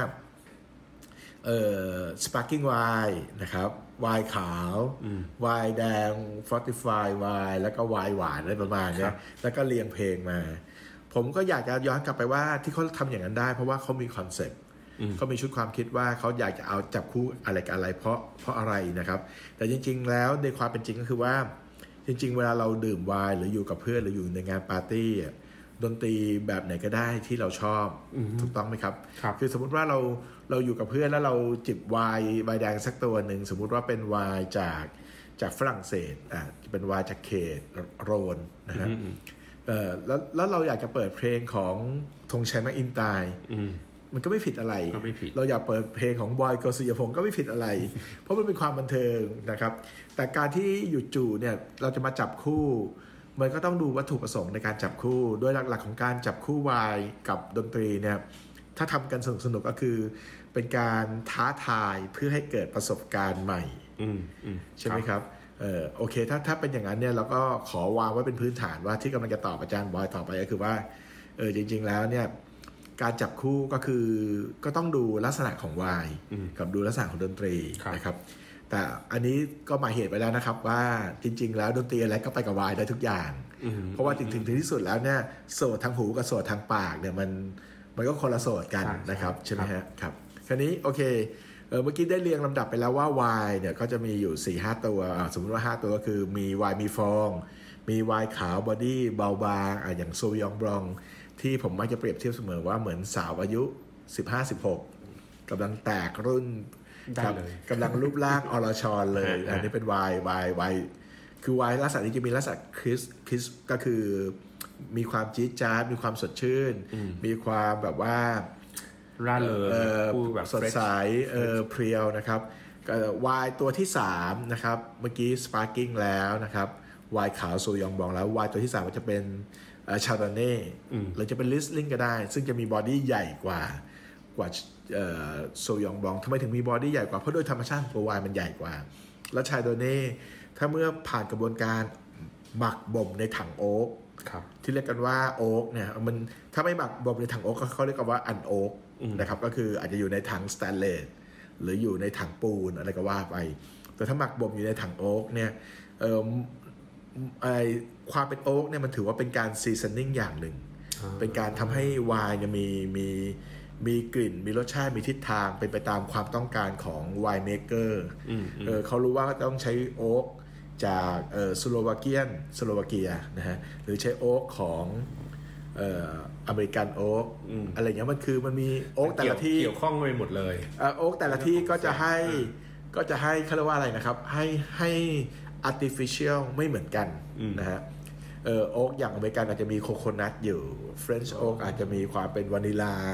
Sparkling Wine นะครับไวน์ขาวไวน์แดง Fortified Wine แล้วก็ไวน์หวานอะไรประมาณนี้แล้วก็เรียงเพลงมาผมก็อยากจะย้อนกลับไปว่าที่เขาทำอย่างนั้นได้เพราะว่าเขามีคอนเซ็ปต์เขามีชุดความคิดว่าเขาอยากจะเอาจับคู่อะไรกับอะไรเพราะอะไรนะครับแต่จริงๆแล้วในความเป็นจริงก็คือว่าจริงๆเวลาเราดื่มไวน์หรืออยู่กับเพื่อนหรืออยู่ในงานปาร์ตี้ดนตรีแบบไหนก็ได้ที่เราชอบถูกต้องไหมครับคือสมมุติว่าเราอยู่กับเพื่อนแล้วเราจิบไวน์แดงสักตัวหนึ่งสมมุติว่าเป็นไวน์จากฝรั่งเศสจะเป็นไวน์จากเขตโรนนะฮะแล้วเราอยากจะเปิดเพลงของธงชัยแม็กอินไตร์มันก็ไม่ผิดอะไรเราอยากเปิดเพลงของบอยกฤษยพงศ์ก็ไม่ผิดอะไรเพราะมันเป็นความบันเทิงนะครับแต่การที่อยู่จู่เนี่ยเราจะมาจับคู่มันก็ต้องดูวัตถุประสงค์ในการจับคู่โดยหลักๆของการจับคู่ไวน์กับดนตรีเนี่ยถ้าทำกันสนุกๆก็คือเป็นการท้าทายเพื่อให้เกิดประสบการณ์ใหม่ใช่ไหมครับโอเคถ้าเป็นอย่างนั้นเนี่ยเราก็ขอวางไว้เป็นพื้นฐานว่าที่กำลังจะตอบอาจารย์บอยต่อไปก็คือว่าจริงๆแล้วเนี่ยการจับคู่ก็คือก็ต้องดูลักษณะของไวน์กับดูลักษณะของดนตรีนะครับแต่อันนี้ก็หมายเหตุไปแล้วนะครับว่าจริงๆแล้วดนตรีอะไรก็ไปกับไวน์ได้ทุกอย่างเพราะว่าถึงที่สุดแล้วเนี่ยโสดทางหูกับโสดทางปากเนี่ยมันก็คนละโสดกันนะครับใช่ไหมฮะครับคราวนี้โอเคเมื่อกี้ได้เรียงลำดับไปแล้วว่าไวน์เนี่ยก็จะมีอยู่ 4-5 ตัวสมมติว่า5ตัวก็คือมีไวน์มีฟองมีไวน์ขาวบอดี้เบาบางอย่างโซวิยองบลองที่ผมมักจะเปรียบเทียบเสมอว่าเหมือนสาวอายุ 15-16 กำลังแตกรุ่นกำลังรูปร่างอรชรเลยอันนี้เป็นไวน์คือไวน์ลักษณะนี้จะมีลักษณะคริสก็คือมีความจี๊ดจ๊าดมีความสดชื่นมีความแบบว่าร่าเริงสดใสเพรียวนะครับไวน์ตัวที่3นะครับเมื่อกี้สปาร์กิ้งแล้วนะครับไวน์ขาวโซยองบองแล้วไวน์ตัวที่3ก็จะเป็นชาร์ดอนเน่หรือจะเป็นลิสลิงก็ได้ซึ่งจะมีบอดี้ใหญ่กว่าโซยองบองทำไมถึงมีบอดี้ใหญ่กว่าเพราะโดยธรรมชาติตัวไวน์มันใหญ่กว่าแล้วชาร์ดอนเน่ถ้าเมื่อผ่านกระบวนการหมักบ่มในถังโอ๊กที่เรียกกันว่าโอ๊กเนี่ยมันถ้าไม่หมักบ่มในถังโอ๊กเขาเรียกกันว่าอันโอ๊กนะครับก็คืออาจจะอยู่ในถังสแตนเลสหรืออยู่ในถังปูนอะไรก็ว่าไปแต่ถ้าหมักบ่มอยู่ในถังโอ๊กเนี่ยความเป็นโอ๊กเนี่ยมันถือว่าเป็นการซีซันนิ่งอย่างหนึ่งเป็นการทำให้ไวน์เนี่ยมีกลิ่นมีรสชาติมีทิศทางเป็นไปตามความต้องการของไวน์เมเกอร์เขารู้ว่าต้องใช้โอ๊กจากสโลวาเกียนะฮะหรือใช้โอ๊กของอเมริกันโอ๊กอะไรเงี้ยมันมีโอ๊กแต่ละที่เกี่ยวข้องไปหมดเลยโอ๊กแต่ละที่ก็จะให้เขาเรียกว่าอะไรนะครับให้ artificial ไม่เหมือนกันนะฮะโอ๊กอย่างอเมริกันอาจจะมีโคโคนัทอยู่ French Oak อาจจะมีความเป็นวานิลา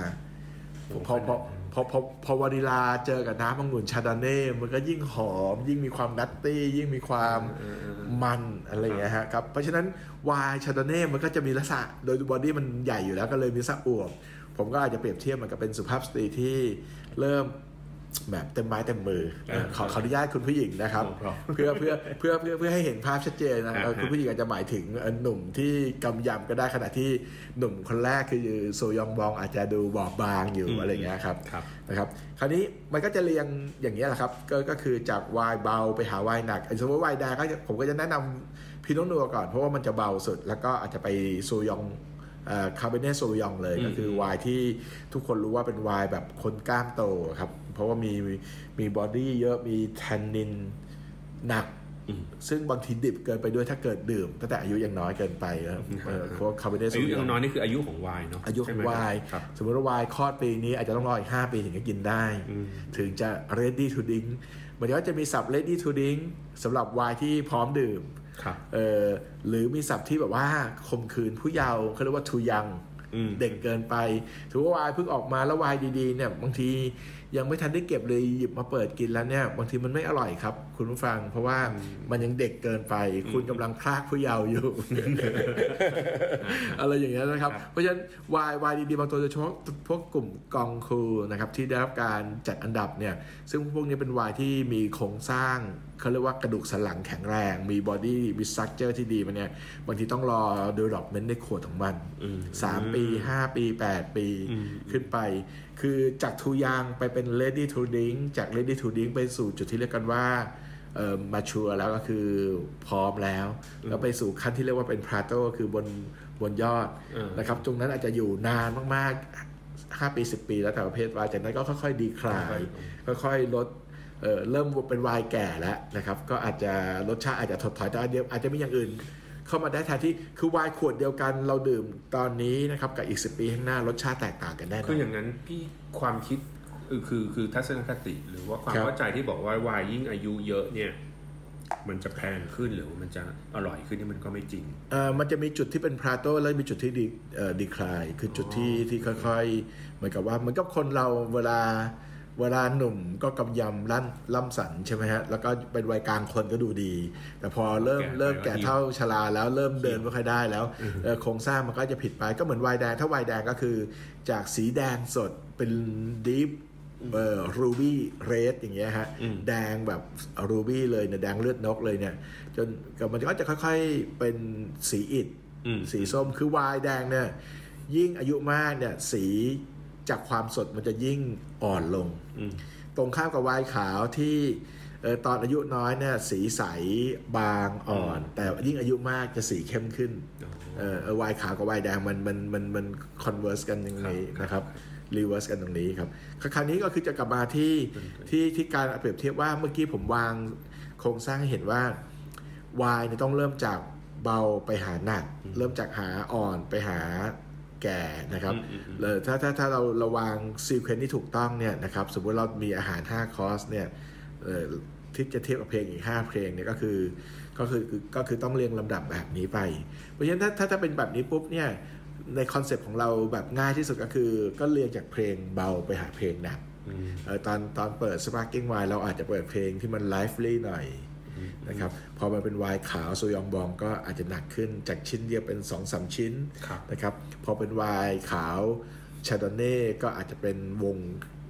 พอวานิลาเจอกับน้ำองุ่นชาร์ดอนเน่มันก็ยิ่งหอมยิ่งมีความนัตตี้ยิ่งมีความมันอะไรอย่างเงี้ยครับเพราะฉะนั้นไวน์ชาร์ดอนเน่มันก็จะมีลักษณะโดยบอดี้มันใหญ่อยู่แล้วก็เลยมีสักอวบผมก็อาจจะเปรียบเทียบมันกับเป็นสุภาพสตรีที่เริ่มแบบเต็มไม้เต็มมือขออนุญาตคุณผู้หญิงนะครับเพื่อให้เห็นภาพชัดเจนนะคุณผู้หญิงอาจจะหมายถึงหนุ่มที่กำยำก็ได้ขณะที่หนุ่มคนแรกคือโซยองบองอาจจะดูบอบบางอยู่อะไรอย่างเงี้ยครับนะครับคราวนี้มันก็จะเรียงอย่างนี้แหละครับก็คือจากไวน์เบาไปหาไวน์หนักสมมติว่าไวน์แดงผมก็จะแนะนำพิโนนัวก่อนเพราะว่ามันจะเบาสุดแล้วก็อาจจะไปโซยองคาเบเน่โซยองเลยก็คือไวน์ที่ทุกคนรู้ว่าเป็นไวน์แบบคนกล้ามโตครับเพราะว่ามีบอดี้เยอะมีแทนนินหนักซึ่งบางทีดิบเกินไปด้วยถ้าเกิดดื่มตั้งแต่อายุยังน้อยเกินไปครับเพราะคาเบเน่โซยองอายุยังน้อยนี่คืออายุของไวน์เนาะอายุของไวน์สมมติว่าไวน์คลอดปีนี้อาจจะต้องรออีก5 ปีถึงจะกินได้ถึงจะ ready to drink มันก็จะมีศัพท์ ready to drink สำหรับไวน์ที่พร้อมดื่มหรือมีศัพท์ที่แบบว่าข่มขืนผู้เยาว์เขาเรียกว่า too young เด็กเกินไปถือว่าวายเพิ่งออกมาแล้ววายดีๆเนี่ยบางทียังไม่ทันได้เก็บเลยหยิบมาเปิดกินแล้วเนี่ยบางทีมันไม่อร่อยครับคุณผู้ฟังเพราะว่ามันยังเด็กเกินไปคุณกำลังพรากผู้เยาว์อยู่ อะไรอย่างเงี้ยนะครับเพราะฉะนั้นวายดีๆบางตัวโดยเฉพาะพวกกลุ่มกองคูนะครับที่ได้รับการจัดอันดับเนี่ยซึ่งพวกนี้เป็นวายที่มีโครงสร้างเขาเรียกว่ากระดูกสันหลังแข็งแรงมีบอดี้มีสตรัคเจอร์ที่ดีมันเนี่ยบางทีต้องรอ development ในขวดของมัน3 ปี5 ปี8 ปีขึ้นไปคือจากทูยางไปเป็น ready to drink จาก ready to drink ไปสู่จุดที่เรียกกันว่าmature แล้วก็คือพร้อมแล้วไปสู่ขั้นที่เรียกว่าเป็น plateau ก็คือบนยอดนะครับตรงนั้นอาจจะอยู่นานมากๆ5 ปี10 ปีแล้วแต่ประเภทวายจากนั้นก็ค่อยๆดีคลายค่อยๆลดเริ่มเป็นไวน์แก่แล้วนะครับก็อาจจะรสชาติอาจจะถดถอยแต่อาจจะมีอย่างอื่นเข้ามาได้แทนที่คือไวน์ขวดเดียวกันเราดื่มตอนนี้นะครับกับอีก10 ปีข้างหน้ารสชาติแตกต่างกันแน่นอนคืออย่างนั้นพี่ความคิดคือทัศนคติหรือว่าความเข้าใจที่บอกว่าไวน์ยิ่งอายุเยอะเนี่ยมันจะแพงขึ้นหรือมันจะอร่อยขึ้นนี่มันก็ไม่จริงมันจะมีจุดที่เป็นพลาโตแล้วมีจุดที่ดีคลายคือจุดที่ค่อยๆเหมือนกับว่าเหมือนกับคนเราเวลาหนุ่มก็กำยำล่ำสันใช่ไหมฮะแล้วก็เป็นวัยกลางคนก็ดูดีแต่พอเริ่มแก่เท่าชราแล้วเริ่มเดินไม่ค่อยได้แล้วโครงสร้างมันก็จะผิดไปก็เหมือนไวน์แดงถ้าไวน์แดงก็คือจากสีแดงสดเป็นดีฟรูบี้เรดอย่างเงี้ยฮะแดงแบบรูบี้เลยเนี่ยแดงเลือดนกเลยเนี่ยจนมันก็จะค่อยๆเป็นสีอิฐสีส้มคือไวน์แดงเนี่ยยิ่งอายุมากเนี่ยสีจากความสดมันจะยิ่งอ่อนลงตรงข้ามกับไวน์ขาวที่ตอนอายุน้อยเนี่ยสีใสบางอ่อนแต่ยิ่งอายุมากจะสีเข้มขึ้นไวน์ขาวกับไวน์แดงมันคอนเวอร์สกันอย่างนี้นะครับรีเวิร์สกันตรงนี้ครับคราวนี้ก็คือจะกลับมาที่การเปรียบเทียบว่าเมื่อกี้ผมวางโครงสร้างให้เห็นว่าไวน์เนี่ยต้องเริ่มจากเบาไปหาหนักเริ่มจากหาอ่อนไปหาแก่นะครับถ้าเราวางซีเควนซ์ที่ถูกต้องเนี่ยนะครับสมมติเรามีอาหาร5 คอร์สเนี่ยที่จะเทียบกับเพลงอีก5 เพลงเนี่ยก็คือต้องเรียงลำดับแบบนี้ไปเพราะฉะนั้นถ้าเป็นแบบนี้ปุ๊บเนี่ยในคอนเซปต์ของเราแบบง่ายที่สุดก็คือก็เรียงจากเพลงเบาไปหาเพลงหนักตอนเปิด Sparkling Wine เราอาจจะเปิดเพลงที่มัน lively หน่อยนะครับพอมันเป็นไวน์ขาวโซยองบองก็อาจจะหนักขึ้นจากชิ้นเดียวเป็น 2-3 ชิ้นนะครับพอเป็นไวน์ขาวชาโดเน่ก็อาจจะเป็นวง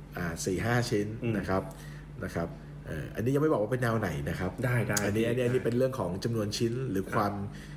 4-5 ชิ้นนะครับอันนี้ยังไม่บอกว่าเป็นแนวไหนนะครับได้อันนี้เป็นเรื่องของจำนวนชิ้นหรือความ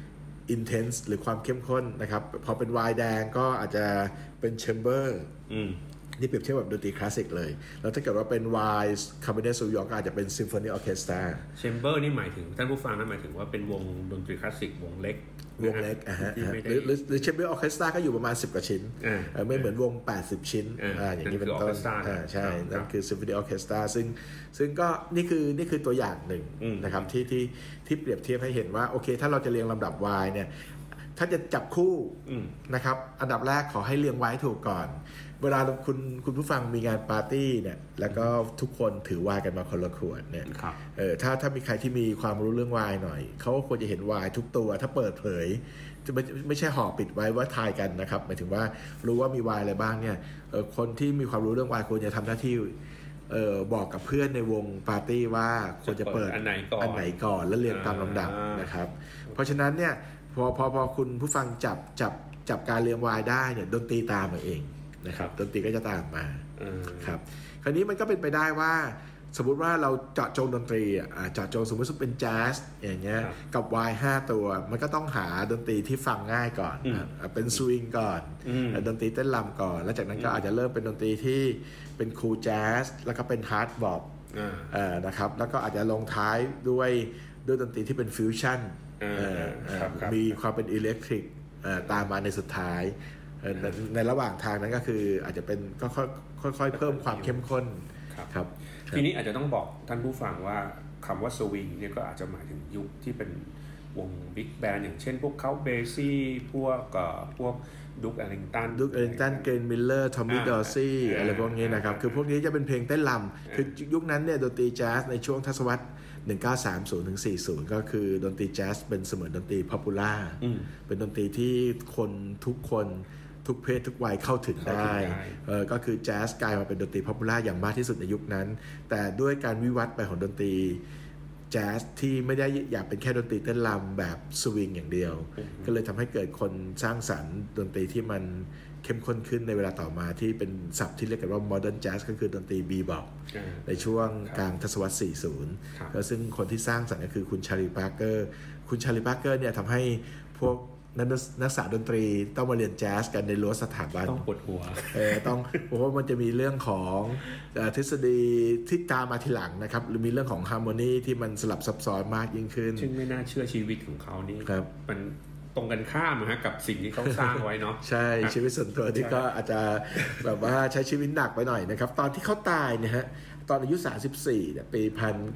intense หรือความเข้มข้นนะครับพอเป็นไวน์แดงก็อาจจะเป็น chamber นี่เปรียบเทียบแบบดนตรีคลาสสิกเลยแล้วถ้าเกิดว่าเป็นไวน์คาร์เบเนตซูยองก็อาจจะเป็นซิมโฟนีออร์เคสตราแชมเบอร์นี่หมายถึงท่านผู้ฟังนะหมายถึงว่าเป็นวงดนตรีคลาสสิกวงเล็กหรือแชมเบอร์ออร์เคสตราก็อยู่ประมาณ10 กว่าชิ้นไม่เหมือนวง80 ชิ้นอย่างนี้เป็นต้นใช่นั่นคือซิมโฟนีออร์เคสตราซึ่งก็นี่คือตัวอย่างหนึ่งนะครับที่เปรียบเทียบให้เห็นว่าโอเคถ้าเราจะเรียงลำดับไวน์เนี่ยถ้าจะจับคู่นะครับอันดับแรกขอให้เรียงไว้ถูกก่อนเวลาคุณผู้ฟังมีงานปาร์ตี้เนี่ยแล้วก็ทุกคนถือไวน์กันมาคนละขวดเนี่ยถ้ามีใครที่มีความรู้เรื่องไวน์หน่อยเขาก็ควรจะเห็นไวน์ทุกตัวถ้าเปิดเผยจะไม่ใช่ห่อปิดไว้ว่าทายกันนะครับหมายถึงว่ารู้ว่ามีไวน์อะไรบ้างเนี่ยคนที่มีความรู้เรื่องไวน์ควรจะทำหน้าที่บอกกับเพื่อนในวงปาร์ตี้ว่าควรจะเปิดอันไหนก่อนแล้วเรียงตามลำดับนะครับเพราะฉะนั้นเนี่ยพอคุณผู้ฟังจับการเรียงไวน์ได้เนี่ยดนตรีตามมาเองนะครับดนตรีก็จะตามมาครับคราวนี้มันก็เป็นไปได้ว่าสมมุติว่าเราเจาะจงดนตรีเจาะจงสมมติเป็นแจ๊สอย่างเงี้ยกับไวน์5 ตัวมันก็ต้องหาดนตรีที่ฟังง่ายก่อนเป็นสวิงก่อนดนตรีเต้นรำก่อนแล้วจากนั้นก็อาจจะเริ่มเป็นดนตรีที่เป็นคูลแจ๊สแล้วก็เป็นฮาร์ดบอปนะครับแล้วก็อาจจะลงท้ายด้วยดนตรีที่เป็นฟิวชั่นมีความเป็นอิเล็กทริกตามมาในสุดท้ายในระหว่างทางนั้นก็คืออาจจะเป็นก็ค่อยๆเพิ่มความเข้มข้นครับทีนี้อาจจะต้องบอกท่านผู้ฟังว่าคำว่าสวิงเนี่ยก็อาจจะหมายถึงยุคที่เป็นวงบิ๊กแบนด์อย่างเช่นพวกเขาเบซี่พวกดุ๊กเอลิงตันเกรนมิลเลอร์ทอมมี่ดอร์ซี่อะไรพวกนี้นะครับคือพวกนี้จะเป็นเพลงเต้นรำคือยุคนั้นเนี่ยดนตรีแจ๊สในช่วงทศวรรษ1930 ถึง 40ก็คือดนตรีแจ๊สเป็นเสมือนดนตรีป๊อปปูล่าเป็นดนตรีที่คนทุกคนทุกเพศทุกวัยเข้าถึงได้ก็คือแจ๊สกลายมาเป็นดนตรีป๊อปปูล่าอย่างมากที่สุดในยุคนั้นแต่ด้วยการวิวัฒน์ไปของดนตรีแจ๊สที่ไม่ได้อยากเป็นแค่ดนตรีเต้นรำแบบสวิงอย่างเดียวก็เลยทำให้เกิดคนสร้างสรรค์ดนตรีที่มันเข้มข้นขึ้นในเวลาต่อมาที่เป็นศัพท์ที่เรียกกันว่า Modern Jazz ก็คือดนตรีบีบอปในช่วงกลางทศวรรษ 40 แล้วซึ่งคนที่สร้างสรรค์ก็คือคุณชาลีปาร์เกอร์เนี่ยทำให้พวกนักศึกษาดนตรีต้องมาเรียนแจ๊สกันในรั้วสถาบันต้องปวดหัวต้องเพราะว่ามันจะมีเรื่องของทฤษฎีที่ตามมาทีหลังนะครับหรือมีเรื่องของฮาร์โมนีที่มันสลับซับซ้อนมากยิ่งขึ้นซึ่งไม่น่าเชื่อชีวิตของเขานี่มันตรงกันข้ามกับสิ่งที่เขาสร้างไว้เนาะใช่ชีวิตส่วนตัวที่ก็อาจจะแบบว่าใช้ชีวิตหนักไปหน่อยนะครับตอนที่เขาตายเนี่ยฮะตอนอายุ34เนี่ยปี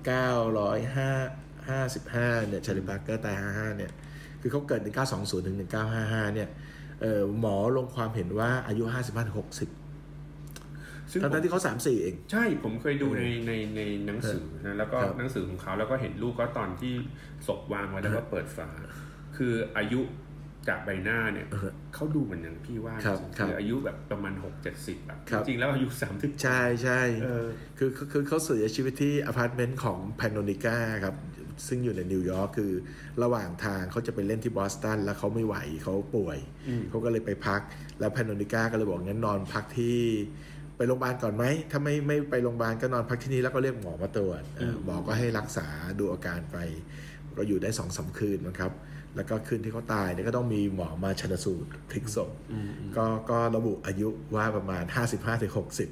1955เนี่ยชาลีปาร์เกอร์ตาย55เนี่ยคือเขาเกิด1920ถึง1955เนี่ยหมอลงความเห็นว่าอายุ 55-60 ซึ่งตอนที่เขา34เองใช่ผมเคยดูในหนังสือนะแล้วก็หนังสือของเขาแล้วก็เห็นรูปก็ตอนที่ศพวางไว้แล้วก็เปิดฝาคืออายุจากใบหน้าเนี่ยเขาดูเหมือนอย่างพี่ว่าคืออายุแบบประมาณ 6-70 แบบจริงๆแล้วอายุ30 ใช่ๆคือเขาเสียชีวิตที่อพาร์ตเมนต์ของแพนโนนิก้าครับซึ่งอยู่ในนิวยอร์กคือระหว่างทางเขาจะไปเล่นที่บอสตันแล้วเขาไม่ไหวเขาป่วยเขาก็เลยไปพักแล้วแพนโนนิก้าก็เลยบอกงั้นนอนพักที่ไปโรงพยาบาลก่อนไหมถ้าไม่ไปโรงพยาบาลก็นอนพักที่นี่แล้วก็เรียกหมอมาตรวจหมอก็ให้รักษาดูอาการไปก็อยู่ได้ 2-3 คืนนะครับแล้วก็คืนที่เขาตายเนี่ยก็ต้องมีหมอมาชันสูตรพลิกศพก็ระบุอายุว่าประมาณ 55-60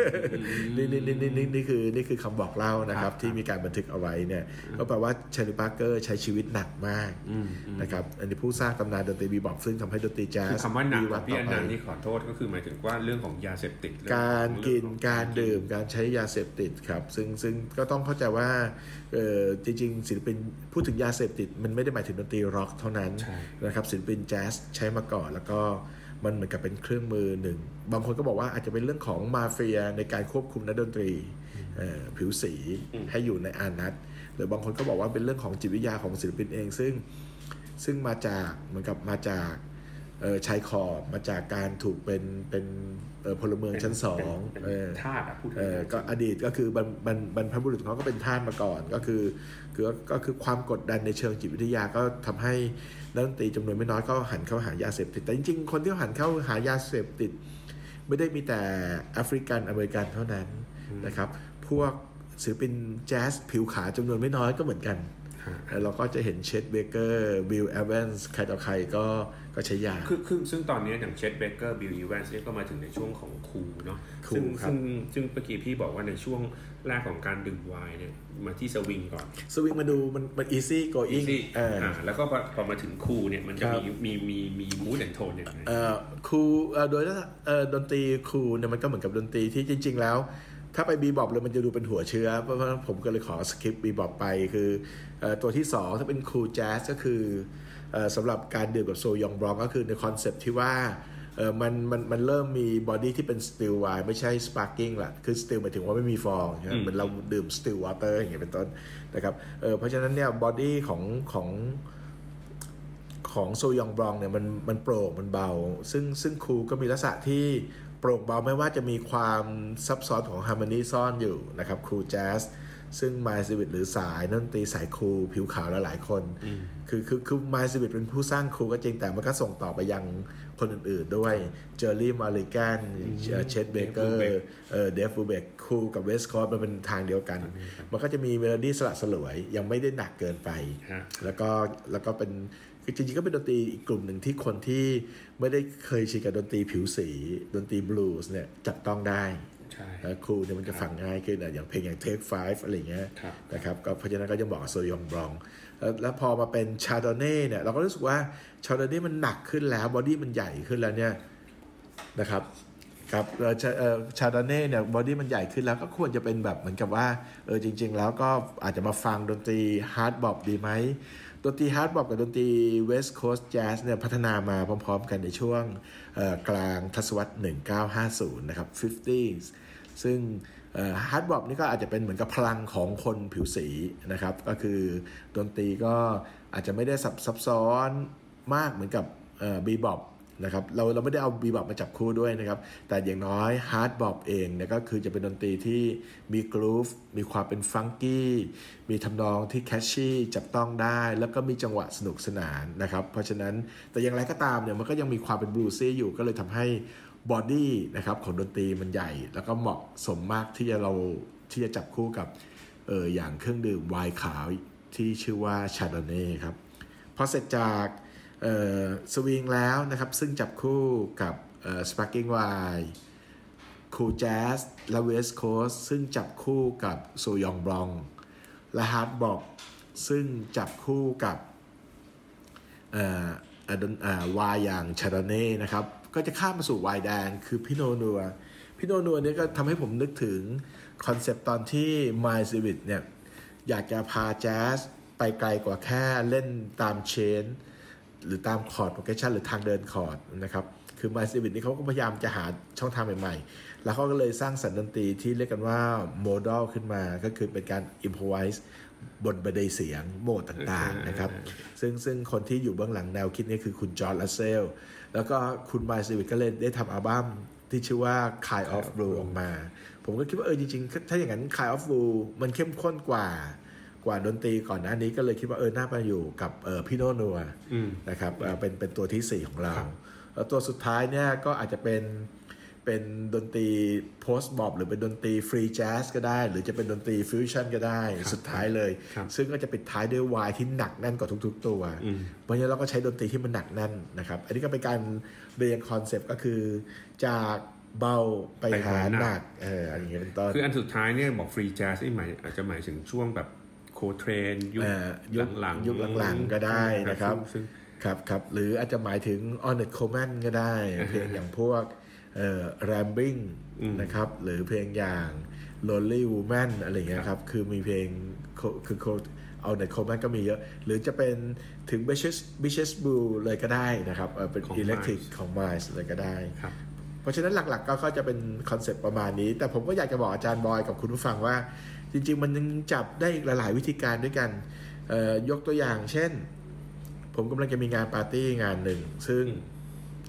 นี่คือคำบอกเล่านะครับที่มีการบันทึกเอาไว้เนี่ยก็แปลว่าชาลีปาร์เกอร์ใช้ชีวิตหนักมากนะครับอันนี้ผู้สร้างตำนานดนตรีบีบอปซึ่งทำให้ดนตรีแจ๊สคำว่าหนักพี่อนันต์นี่ขอโทษก็คือหมายถึงว่าเรื่องของยาเสพติดการกินการดื่มการใช้ยาเสพติดครับซึ่งก็ต้องเข้าใจว่าจริงๆศิลปินพูดถึงยาเสพติดมันไม่ได้หมายถึงดนตรีร็อกเท่านั้นนะครับศิลปินแจ๊สใช้มาก่อนแล้วก็มันเหมือนกับเป็นเครื่องมือหนึ่งบางคนก็บอกว่าอาจจะเป็นเรื่องของมาเฟียในการควบคุมนักดนตรีผิวสีให้อยู่ในอานัตหรือบางคนก็บอกว่าเป็นเรื่องของจิตวิทยาของศิลปินเองซึ่งมาจากเหมือนกับมาจากชายขอบมาจากการถูกเป็นพลเมืองชั้น2 ทาสพูดถึงก็อดีตก็คือบรรพบุรุษของเขาก็เป็นทาสมาก่อนก็คือความกดดันในเชิงจิตวิทยาก็ทำให้นักดนตรีจำนวนไม่น้อยก็หันเข้าหายาเสพติดแต่จริงๆคนที่หันเข้าหายาเสพติดไม่ได้มีแต่แอฟริกันอเมริกันเท่านั้นนะครับพวกศิลปินแจ๊สผิวขาวจำนวนไม่น้อยก็เหมือนกันเราก็จะเห็นเชดเบเกอร์บิล เอเวนส์ใครต่อใครก็ใช้ยาคือซึ่งตอนนี้อย่างเชดเบเกอร์บิล เอเวนส์ก็มาถึงในช่วงของคูลเนาะซึ่งเมื่อกี้พี่บอกว่าในช่วงแรกของการดื่มไวน์เนี่ยมาที่สวิงก่อนสวิงมาดูมัน easy going แล้วก็พอมาถึงคูลเนี่ยมันจะมีมูดแอนด์โทนอย่างไรคูลโดยดนตรีคูลเนี่ยมันก็เหมือนกับดนตรีที่จริงๆแล้วถ้าไปบีบอปเลยมันจะดูเป็นหัวเชื้อเพราะผมก็เลยขอสคิปบีบอปไปคือตัวที่2ถ้าเป็นคูลแจ๊สก็คือสำหรับการดื่มแบบโซยองบรองก็คือในคอนเซปต์ที่ว่ามันเริ่มมีบอดี้ที่เป็นสติลไวน์ไม่ใช่สปาร์กิ้งละคือสติลหมายถึงว่าไม่มีฟองเหมือนเราดื่มสติลวอเตอร์อย่างเงี้ยเป็นต้นนะครับเพราะฉะนั้นเนี่ยบอดี้ของโซยองบรองเนี่ยมันโปร่งมันเบาซึ่งคูลก็มีลักษณะที่โปร่งเบาไม่ว่าจะมีความซับซ้อนของฮาร์โมนีซ่อนอยู่นะครับครูแจ๊สซึ่งไมล์สวิตหรือสายดนตรีสายครูผิวขาวหลายคนคือไมล์สวิตเป็นผู้สร้างครูก็จริงแต่มันก็ส่งต่อไปยังคนอื่นๆด้วยเจอร์รี่มาริแกนเชดเบเกอร์เดฟฟูเบกครูกับเวสคอร์มันเป็นทางเดียวกันมันก็จะมีเมโลดี้สละสลวยยังไม่ได้หนักเกินไปแล้วก็เป็นคือจริงๆก็เป็นดนตรีอีกกลุ่มหนึ่งที่คนที่ไม่ได้เคยชินกับดนตรีผิวสีดนตรีบลูส์เนี่ยจับต้องได้ครูเนี่ยมันจะฟังง่ายขึ้นอย่างเพลงอย่าง Take 5อะไรเงี้ยนะครับก็เพราะฉะนั้นก็ยังบอกโซยองบรองแล้วพอมาเป็นชาโดเน่เนี่ยเราก็รู้สึกว่าชาโดเน่มันหนักขึ้นแล้วบอดี้มันใหญ่ขึ้นแล้วเนี่ยนะครับครับชาโดเน่เนี่ยบอดี้มันใหญ่ขึ้นแล้วก็ควรจะเป็นแบบเหมือนกับว่าจริงๆแล้วก็อาจจะมาฟังดนตรีฮาร์ดบอปดีไหมดนตรีฮาร์ดบอปกับดนตรีเวสต์โคสต์แจ๊สเนี่ยพัฒนามาพร้อมๆกันในช่วงกลางทศวรรษ1950นะครับ 50s ซึ่งฮาร์ดบอปนี่ก็อาจจะเป็นเหมือนกับพลังของคนผิวสีนะครับก็คือดนตรีก็อาจจะไม่ได้ซับซ้อนมากเหมือนกับบีบอปนะครับเราไม่ได้เอาบีบอปมาจับคู่ด้วยนะครับแต่อย่างน้อยฮาร์ดบอปเองเนี่ยก็คือจะเป็นดนตรีที่มีกรูฟมีความเป็นฟังกี้มีทำนองที่แคชชี่จับต้องได้แล้วก็มีจังหวะสนุกสนานนะครับเพราะฉะนั้นแต่อย่างไรก็ตามเนี่ยมันก็ยังมีความเป็นบลูซี่อยู่ก็เลยทำให้บอดี้นะครับของดนตรีมันใหญ่แล้วก็เหมาะสมมากที่จะจับคู่กับอย่างเครื่องดื่มไวน์ขาวที่ชื่อว่าชาโดเน่ครับพอเสร็จจากสวิงแล้วนะครับซึ่งจับคู่กับสปาร์กิ้งไวน์คูลแจ๊สและเวสต์โคสต์ซึ่งจับคู่กับโซยองบรองและฮาร์ดบอกซึ่งจับคู่กับไวน์อย่างชาโดเน่นะครับก็จะข้ามมาสู่ไวน์แดงคือพิโนนัวเนี่ยก็ทำให้ผมนึกถึงคอนเซปต์ตอนที่ไมล์สวิตเนี่ยอยากจะพาแจ๊สไปไกลกว่าแค่เล่นตามเชนหรือตามคอร์ดโปรเกรสชันหรือทางเดินคอร์ดนะครับคือไมล์สวิตนี่เขาก็พยายามจะหาช่องทางใหม่ๆแล้วเขาก็เลยสร้างสรรค์ดนตรีที่เรียกกันว่าโมดัลขึ้นมาก็คือเป็นการอิมพอไวส์บนบันไดเสียงโหมดต่างๆนะครับซึ่งคนที่อยู่เบื้องหลังแนวคิดนี้คือคุณจอร์จ ลัสเซลแล้วก็คุณไมล์สวิตก็เลยได้ทำอัลบั้มที่ชื่อว่า Kind of Blue ออกมาผมก็คิดว่าจริงๆถ้าอย่างนั้น Kind of Blue มันเข้มข้นกว่าดนตรีก่อนหน้านี้ก็เลยคิดว่าน่ามาอยู่กับพี่โนนัวนะครับเป็นตัวที่4ของเราแล้วตัวสุดท้ายเนี่ยก็อาจจะเป็นดนตรีโพสต์บอปหรือเป็นดนตรีฟรีแจ๊สก็ได้หรือจะเป็นดนตรีฟิวชั่นก็ได้สุดท้ายเลยซึ่งก็จะปิดท้ายด้วยวายที่หนักแน่นกว่าทุกๆตัวเพราะฉะนั้นเราก็ใช้ดนตรีที่มันหนักแน่นนะครับอันนี้ก็เป็นการเรียงคอนเซปต์ก็คือจากเบาไปหาหนักอันนี้เป็นต้นคืออันสุดท้ายเนี่ยบอกฟรีแจ๊สนี่อาจจะหมายถึงช่วงแบบโคเทรนยุคหลังๆก็ได้นะครับครับหรืออาจจะหมายถึง Ornette Coleman ก็ได้เพลงอย่างพวกRambling นะครับหรือเพลงอย่าง Lonely Woman อะไรเงี้ยครับคือมีเพลงคือOrnette Coleman ก็มีเยอะหรือจะเป็นถึง Bitches Blue เลยก็ได้นะครับเป็น Electric ของ Miles เลยก็ได้เพราะฉะนั้นหลักๆก็จะเป็นคอนเซ็ปต์ประมาณนี้แต่ผมก็อยากจะบอกอาจารย์บอยกับคุณผู้ฟังว่าจริงๆมันยังจับได้อีกหลายๆวิธีการด้วยกันยกตัวอย่างเช่นผมกำลังจะมีงานปาร์ตี้งานหนึ่งซึ่ง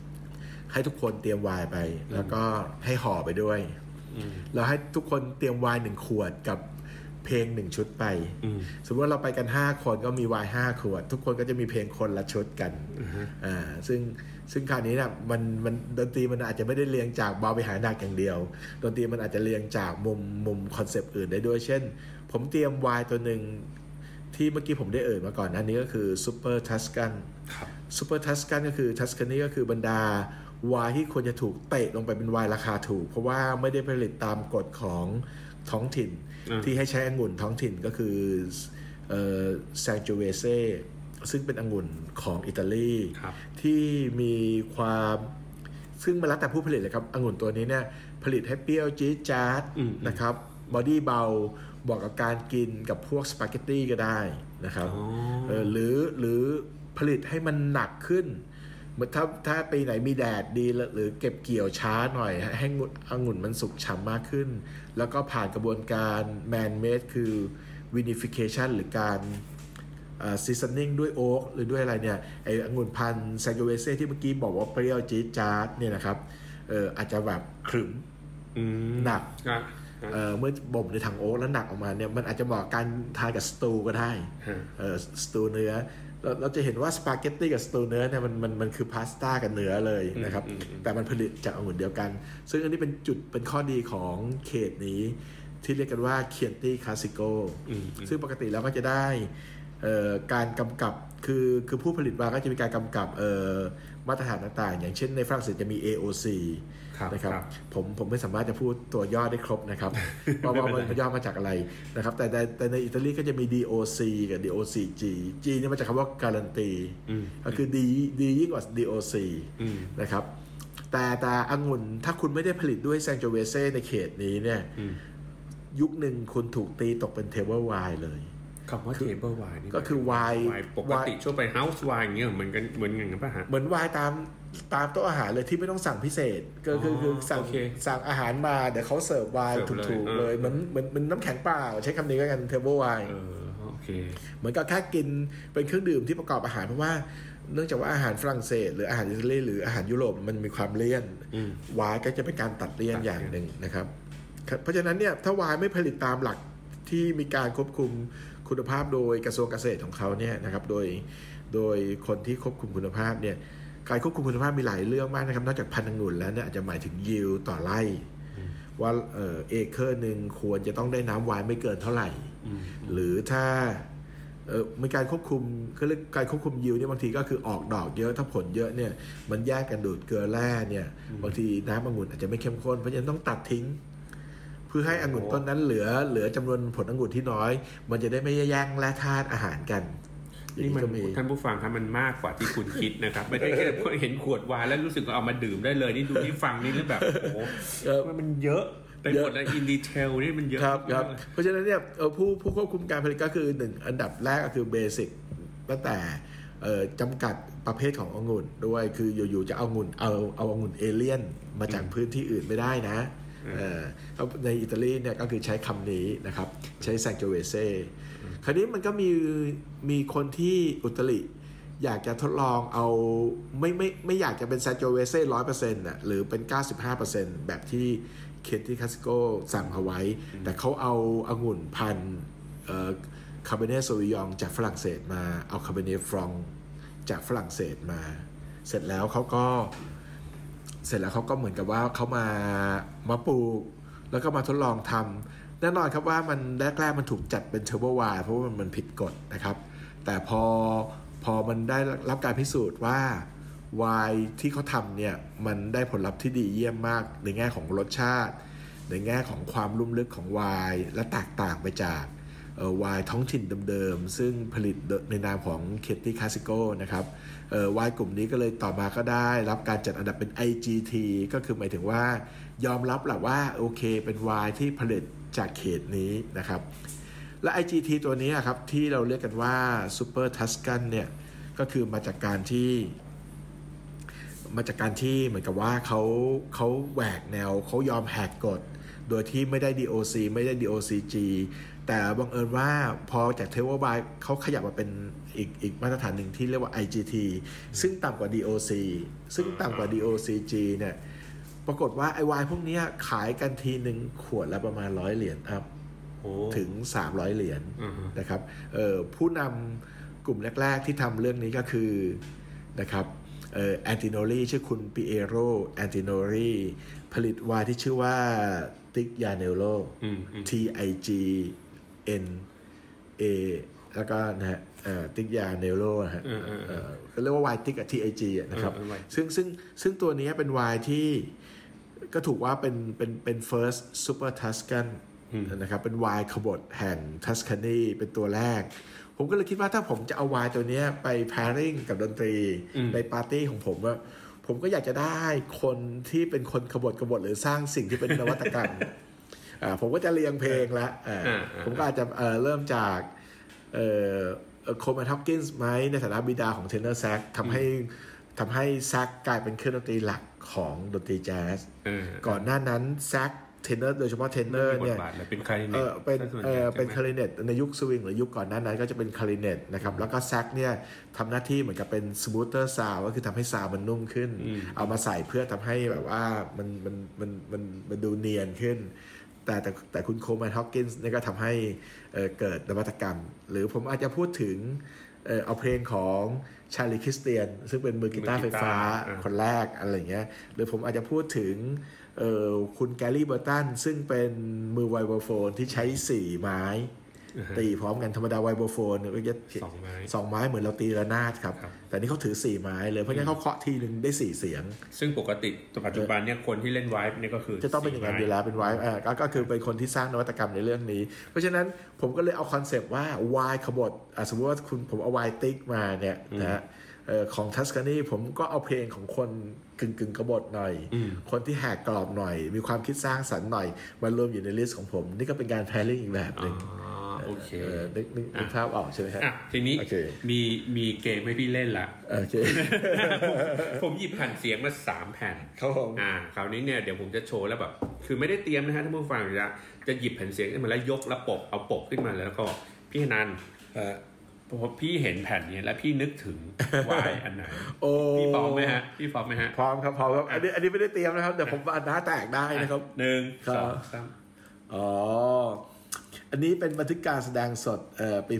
ให้ทุกคนเตรียมไวน์ไปแล้วก็ให้ห่อไปด้วยแล้วให้ทุกคนเตรียมไวน์1 ขวดกับเพลง1 ชุดไปสมมติว่าเราไปกัน5 คนก็มีไวน์5 ขวดทุกคนก็จะมีเพลงคนละชุดกันซึ่งคราวนี้เนี่ยมันดนตรีมันอาจจะไม่ได้เรียงจากเบาไปหาหนักอย่างเดียวดนตรีมันอาจจะเรียงจากมุมคอนเซปต์อื่นได้ด้วยเช่นผมเตรียมไวน์ตัวหนึ่งที่เมื่อกี้ผมได้มาก่อนอันนี้ก็คือซูเปอร์ทัสกันซูเปอร์ทัสกันก็คือทัสกันนี่ก็คือบรรดาไวน์ที่ควรจะถูกเตะลงไปเป็นไวน์ราคาถูกเพราะว่าไม่ได้ผลิตตามกฎของท้องถิ่นที่ให้ใช้องุ่นท้องถิ่นก็คือแซงจูเวเซ่ซึ่งเป็นองุ่นของอิตาลีที่มีความซึ่งมาแล้วแต่ผู้ผลิตเลยครับองุ่นตัวนี้เนี่ยผลิตให้เปรี้ยวจี๊ดจ๊าดนะครับบอดี้เบาบอกกับการกินกับพวกสปาเกตตี้ก็ได้นะครับหรือผลิตให้มันหนักขึ้นเหมือนถ้าปีไหนมีแดดดีหรือเก็บเกี่ยวช้าหน่อยให้องุ่นมันสุกฉ่ำมากขึ้นแล้วก็ผ่านกระบวนการแมนเมดคือวินิฟิเคชันหรือการซีซันนิ่งด้วยโอ๊กหรือด้วยอะไรเนี่ยไอ้องุ่นพันธุ์แซงโกเวเซ่ที่เมื่อกี้บอกว่าเปรี้ยวจี๊ดจ๊าดเนี่ยนะครับอาจจะแบบขรึมหนักเมื่อบ่มในถังโอ๊กแล้วหนักออกมาเนี่ยมันอาจจะเหมาะการทานกับสตูก็ได้สตูเนื้อเราจะเห็นว่าสปาเกตตี้กับสตูเนื้อเนี่ยมันคือพาสต้ากับเนื้อเลยนะครับแต่มันผลิตจากองุ่นเดียวกันซึ่งอันนี้เป็นข้อดีของเขตนี้ที่เรียกกันว่าเคียนตี้คลาสสิโกซึ่งปกติแล้วก็จะได้การกำกับคือผู้ผลิตมาก็จะมีการกำกับมาตรฐานต่างๆอย่างเช่นในฝรั่งเศสจะมี AOC นะครับผมไม่สามารถจะพูดตัวย่อได้ครบนะครับว่ามันย่อมาจากอะไรนะครับแต่ในอิตาลีก็จะมี DOC กับ DOCG G นี่มาจากคำว่าการันตีก็คือดียิ่งกว่า DOC นะครับแต่องุ่นถ้าคุณไม่ได้ผลิตด้วยแซงโจเวเซ่ในเขตนี้เนี่ยยุคหนึ่งคุณถูกตีตกเป็นเทเบิลไวน์เลยคำว่าเทเบิลไวน์นี่ก็คือไวน์ปกติทั่วไปเฮาส์ไวน์อย่างเงี้ยเหมือนกันป่ะฮะเหมือนไวน์ตามโต๊ะอาหารเลยที่ไม่ต้องสั่งพิเศษก็คือสั่งอาหารมาเดี๋ยวเขาเสิร์ฟไวน์ถูกๆเลยเหมือนน้ำแข็งเปล่าใช้คำนี้ก็กันเทเบิลไวน์เหมือนกับแค่กินเป็นเครื่องดื่มที่ประกอบอาหารเพราะว่าเนื่องจากว่าอาหารฝรั่งเศสหรืออาหารอิตาลีหรืออาหารยุโรปมันมีความเลี่ยนไวน์ก็จะเป็นการตัดเลี่ยนอย่างหนึ่งนะครับเพราะฉะนั้นเนี่ยถ้าไวน์ไม่ผลิตตามหลักที่มีการควบคุมคุณภาพโดยกระทรวงเกษตรของเขาเนี่ยนะครับโดยคนที่ควบคุมคุณภาพเนี่ยการควบคุมคุณภาพมีหลายเรื่องมากนะครับนอกจากพันธุ์องุ่นแล้วเนี่ยอาจจะหมายถึงยิวต่อไร่ว่าเอเคอร์นึงควรจะต้องได้น้ำไวน์ไม่เกินเท่าไหร่หรือถ้ามีการควบคุมก็เรียกการควบคุมยิวเนี่ยบางทีก็คือออกดอกเยอะถ้าผลเยอะเนี่ยมันแยกกันดูดเกลือแร่เนี่ยบางทีน้ำองุ่นอาจจะไม่เข้มข้นเพราะฉะนั้นต้องตัดทิ้งเพื่อให้องุ่นต้นนั้นเหลือจำนวนผลองุ่นที่น้อยมันจะได้ไม่แย่งแร่ธาตุอาหารกันนี่มันท่านผู้ฟังครับมันมากกว่าที่คุณคิดนะครับไม่ได้แค่เห็นขวดวายแล้วรู้สึกว่าเอามาดื่มได้เลยนี่ดูที่ฟังนี่แล้วแบบโอ้โหมันเยอะแต่หมดในอินดีเทลนี่มันเยอะครับเพราะฉะนั้นเนี่ยผู้ควบคุมการผลิตก็คือ1อันดับแรกก็คือเบสิกตั้งแต่จำกัดประเภทขององุ่นด้วยคืออยู่ๆจะเอาองุ่นเอเลี่ยนมาจากพื้นที่อื่นไม่ได้นะในอิตาลีเนี่ยก็คือใช้คำนี้นะครับใช้แซงโจเวเซ่คราวนี้มันก็มีคนที่อุตริอยากจะทดลองเอาไม่อยากจะเป็นแซงโจเวเซ่ 100% น่ะหรือเป็น 95% แบบที่เคนตี้คาสโกสั่งเอาไว้แต่เขาเอาองุ่นพันธุ์คาเบเนโซวิยองจากฝรั่งเศสมาเอาคาเบเนฟรองจากฝรั่งเศสมาเสร็จแล้วเขาก็เหมือนกับว่าเขามาปลูกแล้วก็มาทดลองทำแน่นอนครับว่ามันแรกๆมันถูกจัดเป็นเทอร์โบไวน์เพราะว่ามันผิดกฎนะครับแต่พอมันได้รับการพิสูจน์ว่าไวน์ที่เขาทำเนี่ยมันได้ผลลัพธ์ที่ดีเยี่ยมมากในแง่ของรสชาติในแง่ของความลุ่มลึกของไวน์และแตกต่างไปจากไวน์ท้องถิ่นเดิมๆซึ่งผลิตในนามของเคตตี้คลาสสิโกนะครับไวน์กลุ่มนี้ก็เลยต่อมาก็ได้รับการจัดอันดับเป็น IGT ก็คือหมายถึงว่ายอมรับแหละว่าโอเคเป็นไวน์ที่ผลิตจากเขตนี้นะครับและ IGT ตัวนี้ครับที่เราเรียกกันว่า Super Tuscan เนี่ยก็คือมาจากการที่เหมือนกับว่าเขาแหวกแนวเขายอมแหกกฎโดยที่ไม่ได้ DOC ไม่ได้ DOCG แต่บังเอิญว่าพอจากเทเบิลไวน์เขาขยับมาเป็นอีกมาตรฐานหนึ่งที่เรียกว่า IGT ซึ่งต่ำกว่า DOC ซึ่งต่ำกว่า DOCG เนี่ยปรากฏว่าไอไวน์พวกนี้ขายกันทีหนึ่งขวดละประมาณ100 เหรียญครับถึง300 เหรียญนะครับผู้นำกลุ่มแรกๆที่ทำเรื่องนี้ก็คือนะครับแอนติโนรีชื่อคุณปิเอโรแอนติโนรีผลิตไวน์ที่ชื่อว่าติกยาเนโล TIGN A แล้วก็นะฮะติกยาเนโลนะฮะเรียกว่าไวน์ติกกับ TIG นะครับซึ่งตัวนี้เป็นไวน์ที่ก็ถูกว่าเป็น first super Tuscan นะครับเป็นไวน์ขบถแห่งทัสคานีเป็นตัวแรกผมก็เลยคิดว่าถ้าผมจะเอาไวน์ตัวนี้ไป pairing กับดนตรีในปาร์ตี้ของผมว่าผมก็อยากจะได้คนที่เป็นคนขบถหรือสร้างสิ่งที่เป็นนวัตกรรมผมก็จะเรียงเพลงแล้วผมก็อาจจะเริ่มจากโคลแมน ฮอปกินส์ไหมในฐานะบิดาของเทนเนอร์แซกทำให้แซกกลายเป็นเครื่องดนตรีหลักของดนตรีแจ๊สก่อนหน้านั้นแซกเทนเนอร์โดยเฉพาะเทนเนอร์เนี่ยเป็นคลาริเนตเป็นคลาริเนตในยุคสวิงหรือยุคก่อนหน้านั้นก็จะเป็นคลาริเนตนะครับแล้วก็แซกเนี่ยทำหน้าที่เหมือนกับเป็นสมูทเตอร์ซาวด์ก็คือทำให้ซาวด์มันนุ่มขึ้นเอามาใส่เพื่อทำให้แบบว่ามันดูเนียนขึ้นแต่คุณโคลแมน ฮอปกินส์เนี่ยก็ทำให้เกิดนวัตกรรมหรือผมอาจจะพูดถึงเอาเพลงของชาลีคริสเตียนซึ่งเป็นมือกีตาร์ไฟฟ้าคนแรกอะไรอย่างเงี้ยหรือผมอาจจะพูดถึงคุณแกรี่เบอร์ตันซึ่งเป็นมือไวโบโฟนที่ใช้4 ไม้ตีพร้อมกันธรรมดาไวโบโฟนก็จะ2 ไม้เหมือนเราตีระนาดครับแต่นี่เขาถือ4 ไม้เลยเพราะงั้นเขาเคาะทีนึงได้4 เสียงซึ่งปกติปัจจุบันเนี่ยคนที่เล่นไวฟ์เนี่ยก็คือจะต้องเป็นอย่างนั้นอยู่แล้วเป็นไวฟ์ก็คือเป็นคนที่สร้างนวัตกรรมในเรื่องนี้เพราะฉะนั้นผมก็เลยเอาคอนเซปต์ว่าไวน์ขบถสมมติว่าผมเอาไวน์ติ๊กมาเนี่ยนะของทัสคานีผมก็เอาเพลงของคนกึ่งกบฏหน่อยคนที่แหกกรอบหน่อยมีความคิดสร้างสรรค์หน่อยมารวมอยู่ในลิสต์ของผมนี่ก็เป็นการแพร์ลิ่งอีกแบบนึงโอเคนึกภาพออกใช่ไหมครับทีนี้มีเกมให้พี่เล่นละโอเคผมหยิบแผ่นเสียงมา3 แผ่นครับผมคราวนี้เนี่ยเดี๋ยวผมจะโชว์แล้วแบบคือไม่ได้เตรียมนะฮะท่านผู้ฟังจะหยิบแผ่นเสียงขึ้นมาแล้วยกแล้วเอาปกขึ้นมาแล้วก็พี่นันพอพี่เห็นแผ่นนี้แล้วพี่นึกถึงวายอันไหนพี่พร้อมไหมฮะพร้อมครับอันนี้ไม่ได้เตรียมนะครับเดี๋ยวผมหน้าแตกได้นะครับ 1 2 3 อันนี้เป็นบันทึกการแสดงสดปี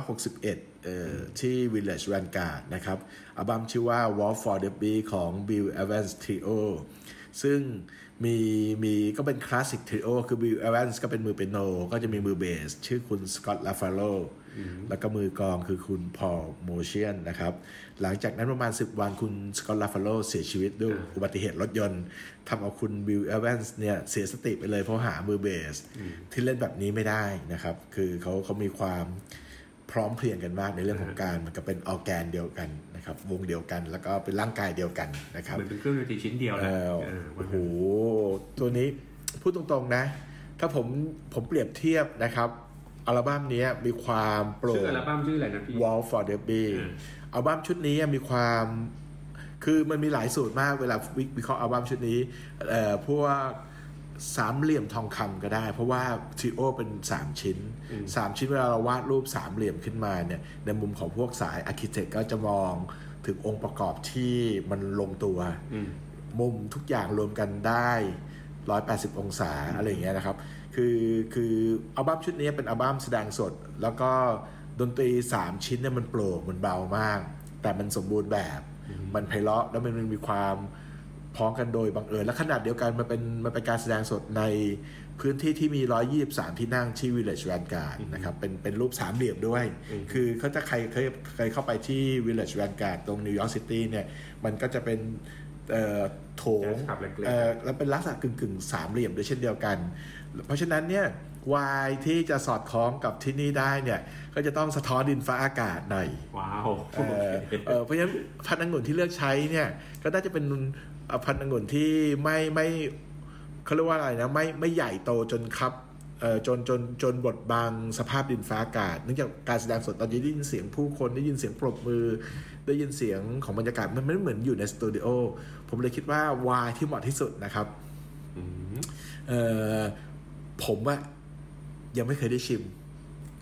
1961ที่ Village Vanguard นะครับอัลบั้มชื่อว่า Walk for the Beat ของ Bill Evans Trio ซึ่งมีก็เป็นคลาสสิกทริโอคือ Bill Evans ก็เป็นมือเปียโนก็จะมีมือเบสชื่อคุณสกอตต์ลาฟาโลแล้วก็มือกลองคือคุณพอลโมเชียนนะครับหลังจากนั้นประมาณ10 วันคุณสกอตต์ลาฟาโลเสียชีวิตด้วยอุบัติเหตุรถยนต์ทำเอาคุณบิลเอเวนส์เนี่ยเสียสติไปเลยเพราะหามือเบสที่เล่นแบบนี้ไม่ได้นะครับคือเขามีความพร้อมเพรียงกันมากในเรื่องของการมันก็เป็นออร์แกนเดียวกันนะครับวงเดียวกันแล้วก็เป็นร่างกายเดียวกันนะครับมันเป็นเครื่องดนตรีชิ้นเดียวนะโอ้โหตัวนี้พูดตรงๆนะถ้าผมเปรียบเทียบนะครับอัลบั้มนี้มีความโปร่งชื่ออัลบั้มชื่ออะไรนะพี่ Walk for the Beat อัลบั้มชุดนี้มีความคือมันมีหลายสูตรมากเวลาวิเคราะห์อัลบั้มชุดนี้พวก3 เหลี่ยมทองคำก็ได้เพราะว่าทริโอเป็น3 ชิ้น3 ชิ้นเวลาเราวาดรูป3 เหลี่ยมขึ้นมาเนี่ยในมุมของพวกสายอาร์คิเทคก็จะมองถึงองค์ประกอบที่มันลงตัวมุมทุกอย่างรวมกันได้180 องศาอะไรอย่างเงี้ยนะครับคืออัลบั้มชุดนี้เป็นอัลบั้มแสดงสดแล้วก็ดนตรี3 ชิ้นเนี่ยมันโปร่งมันเบามากแต่มันสมบูรณ์แบบมันไพเราะแล้วมันมีความพ้องกันโดยบังเอิญและขนาดเดียวกันมันเป็นการแสดงสดในพื้นที่ที่มี123 ที่นั่งที่ Village Vanguard นะครับเป็นรูป3 เหลี่ยมด้วยคือเขาจะใครเคยเข้าไปที่ Village Vanguard ตรงนิวยอร์กซิตี้เนี่ยมันก็จะเป็นโถงแล้วเป็นลักษณะกึ่ง3 เหลี่ยมด้วยเช่นเดียวกันเพราะฉะนั้นเนี่ยวายที่จะสอดคล้องกับที่นี่ได้เนี่ยก็จะต้องสะท้อนดินฟ้าอากาศหน่อยว้าวเพราะฉะนั้นพันธุ์องุ่นที่เลือกใช้เนี่ยก็น่าจะเป็นพันธุ์องุ่นที่ไม่เขาเรียกว่าอะไรนะไม่ใหญ่โตจนครับจนบดบังสภาพดินฟ้าอากาศเนื่องจากการแสดงสดตอนนี้ได้ยินเสียงผู้คนได้ยินเสียงปรบมือได้ยินเสียงของบรรยากาศมันไม่เหมือนอยู่ในสตูดิโอผมเลยคิดว่าวายที่เหมาะที่สุดนะครับผมว่ายังไม่เคยได้ชิม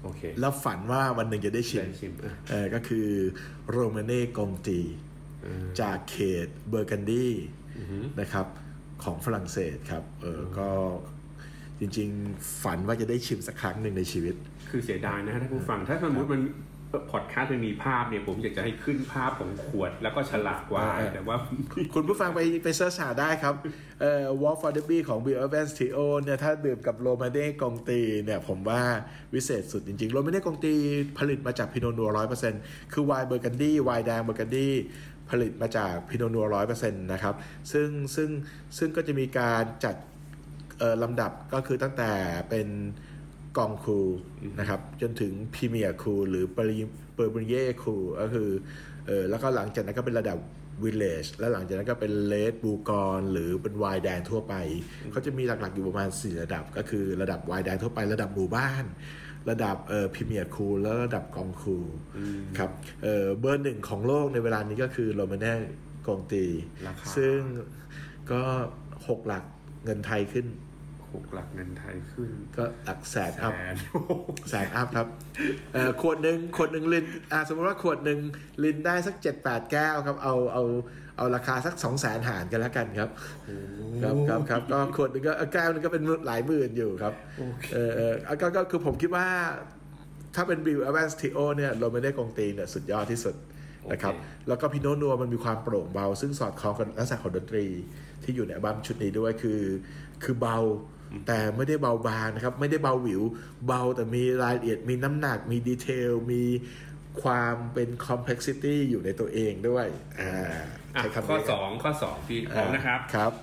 โอเคแล้วฝันว่าวันหนึ่งจะได้ชิมก็คือโรมาเน่กงตีจากเขตเบอร์กันดีนะครับของฝรั่งเศสครับก็จริงๆฝันว่าจะได้ชิมสักครั้งหนึ่งในชีวิตคือเสียดายนะท่านผู้ฟังถ้าสมมติมันพอดคาสต์มันมีภาพเนี่ยผมอยากจะให้ขึ้นภาพของขวดแล้วก็ฉลากไว้แต่ว่าคุณผู้ฟังไปเสิร์ชหาได้ครับWalk for the Bee ของ Bill Evans Trio เนี่ยถ้าดื่มกับโรมาเน่กงตีเนี่ยผมว่าวิเศษสุดจริงๆโรมาเน่กงตีผลิตมาจากพิโนนัว 100% คือไวน์เบอร์กันดี้ไวน์แดงเบอร์กันดี้ผลิตมาจากพิโนนัว 100% นะครับซึ่งก็จะมีการจัดลำดับก็คือตั้งแต่เป็นกองคูนะครับจนถึงพรีเมียร์คูหรือเปอร์บริเย่คูก็คือแล้วก็หลังจากนั้นก็เป็นระดับวิลเลจและหลังจากนั้นก็เป็นเลดบูกอนหรือเป็นไวน์แดงทั่วไปเขาจะมีหลักๆอยู่ประมาณ4ระดับก็คือระดับไวน์แดงทั่วไประดับหมู่บ้านระดับพรีเมียร์คูแล้วระดับกองคูครับเบอร์1ของโลกในเวลานี้ก็คือโรมาเน่กงตีซึ่งก็6หลักเงินไทยขึ้น 6หลักเงินไทยขึ้นก็หลักแสนอัพแสนอัพครับขวดหนึ่งลินสมมติว่าขวดหนึ่งลินได้สัก 7-8 แก้วครับเอาราคาสัก 200,000 หารกันแล้วกันครับครับก็ขวดหนึ่งก็แก้วนึงก็เป็นหลายหมื่นอยู่ครับก็คือผมคิดว่าถ้าเป็น Bill Evans Trio เนี่ยโรมาเน่กงตีเนี่ยสุดยอดที่สุดนะครับแล้วก็พิโนนัวมันมีความโปร่งเบาซึ่งสอดคล้องกับลักษณะของดนตรีที่อยู่ในอัลบั้มชุดนี้ด้วยคือเบาแต่ไม่ได้เบาบางนะครับไม่ได้เบาหวิวเบาแต่มีรายละเอียดมีน้ำหนักมีดีเทลมีความเป็น complexity อยู่ในตัวเองด้วยข้อ2พี่พร้อมนะครับครับ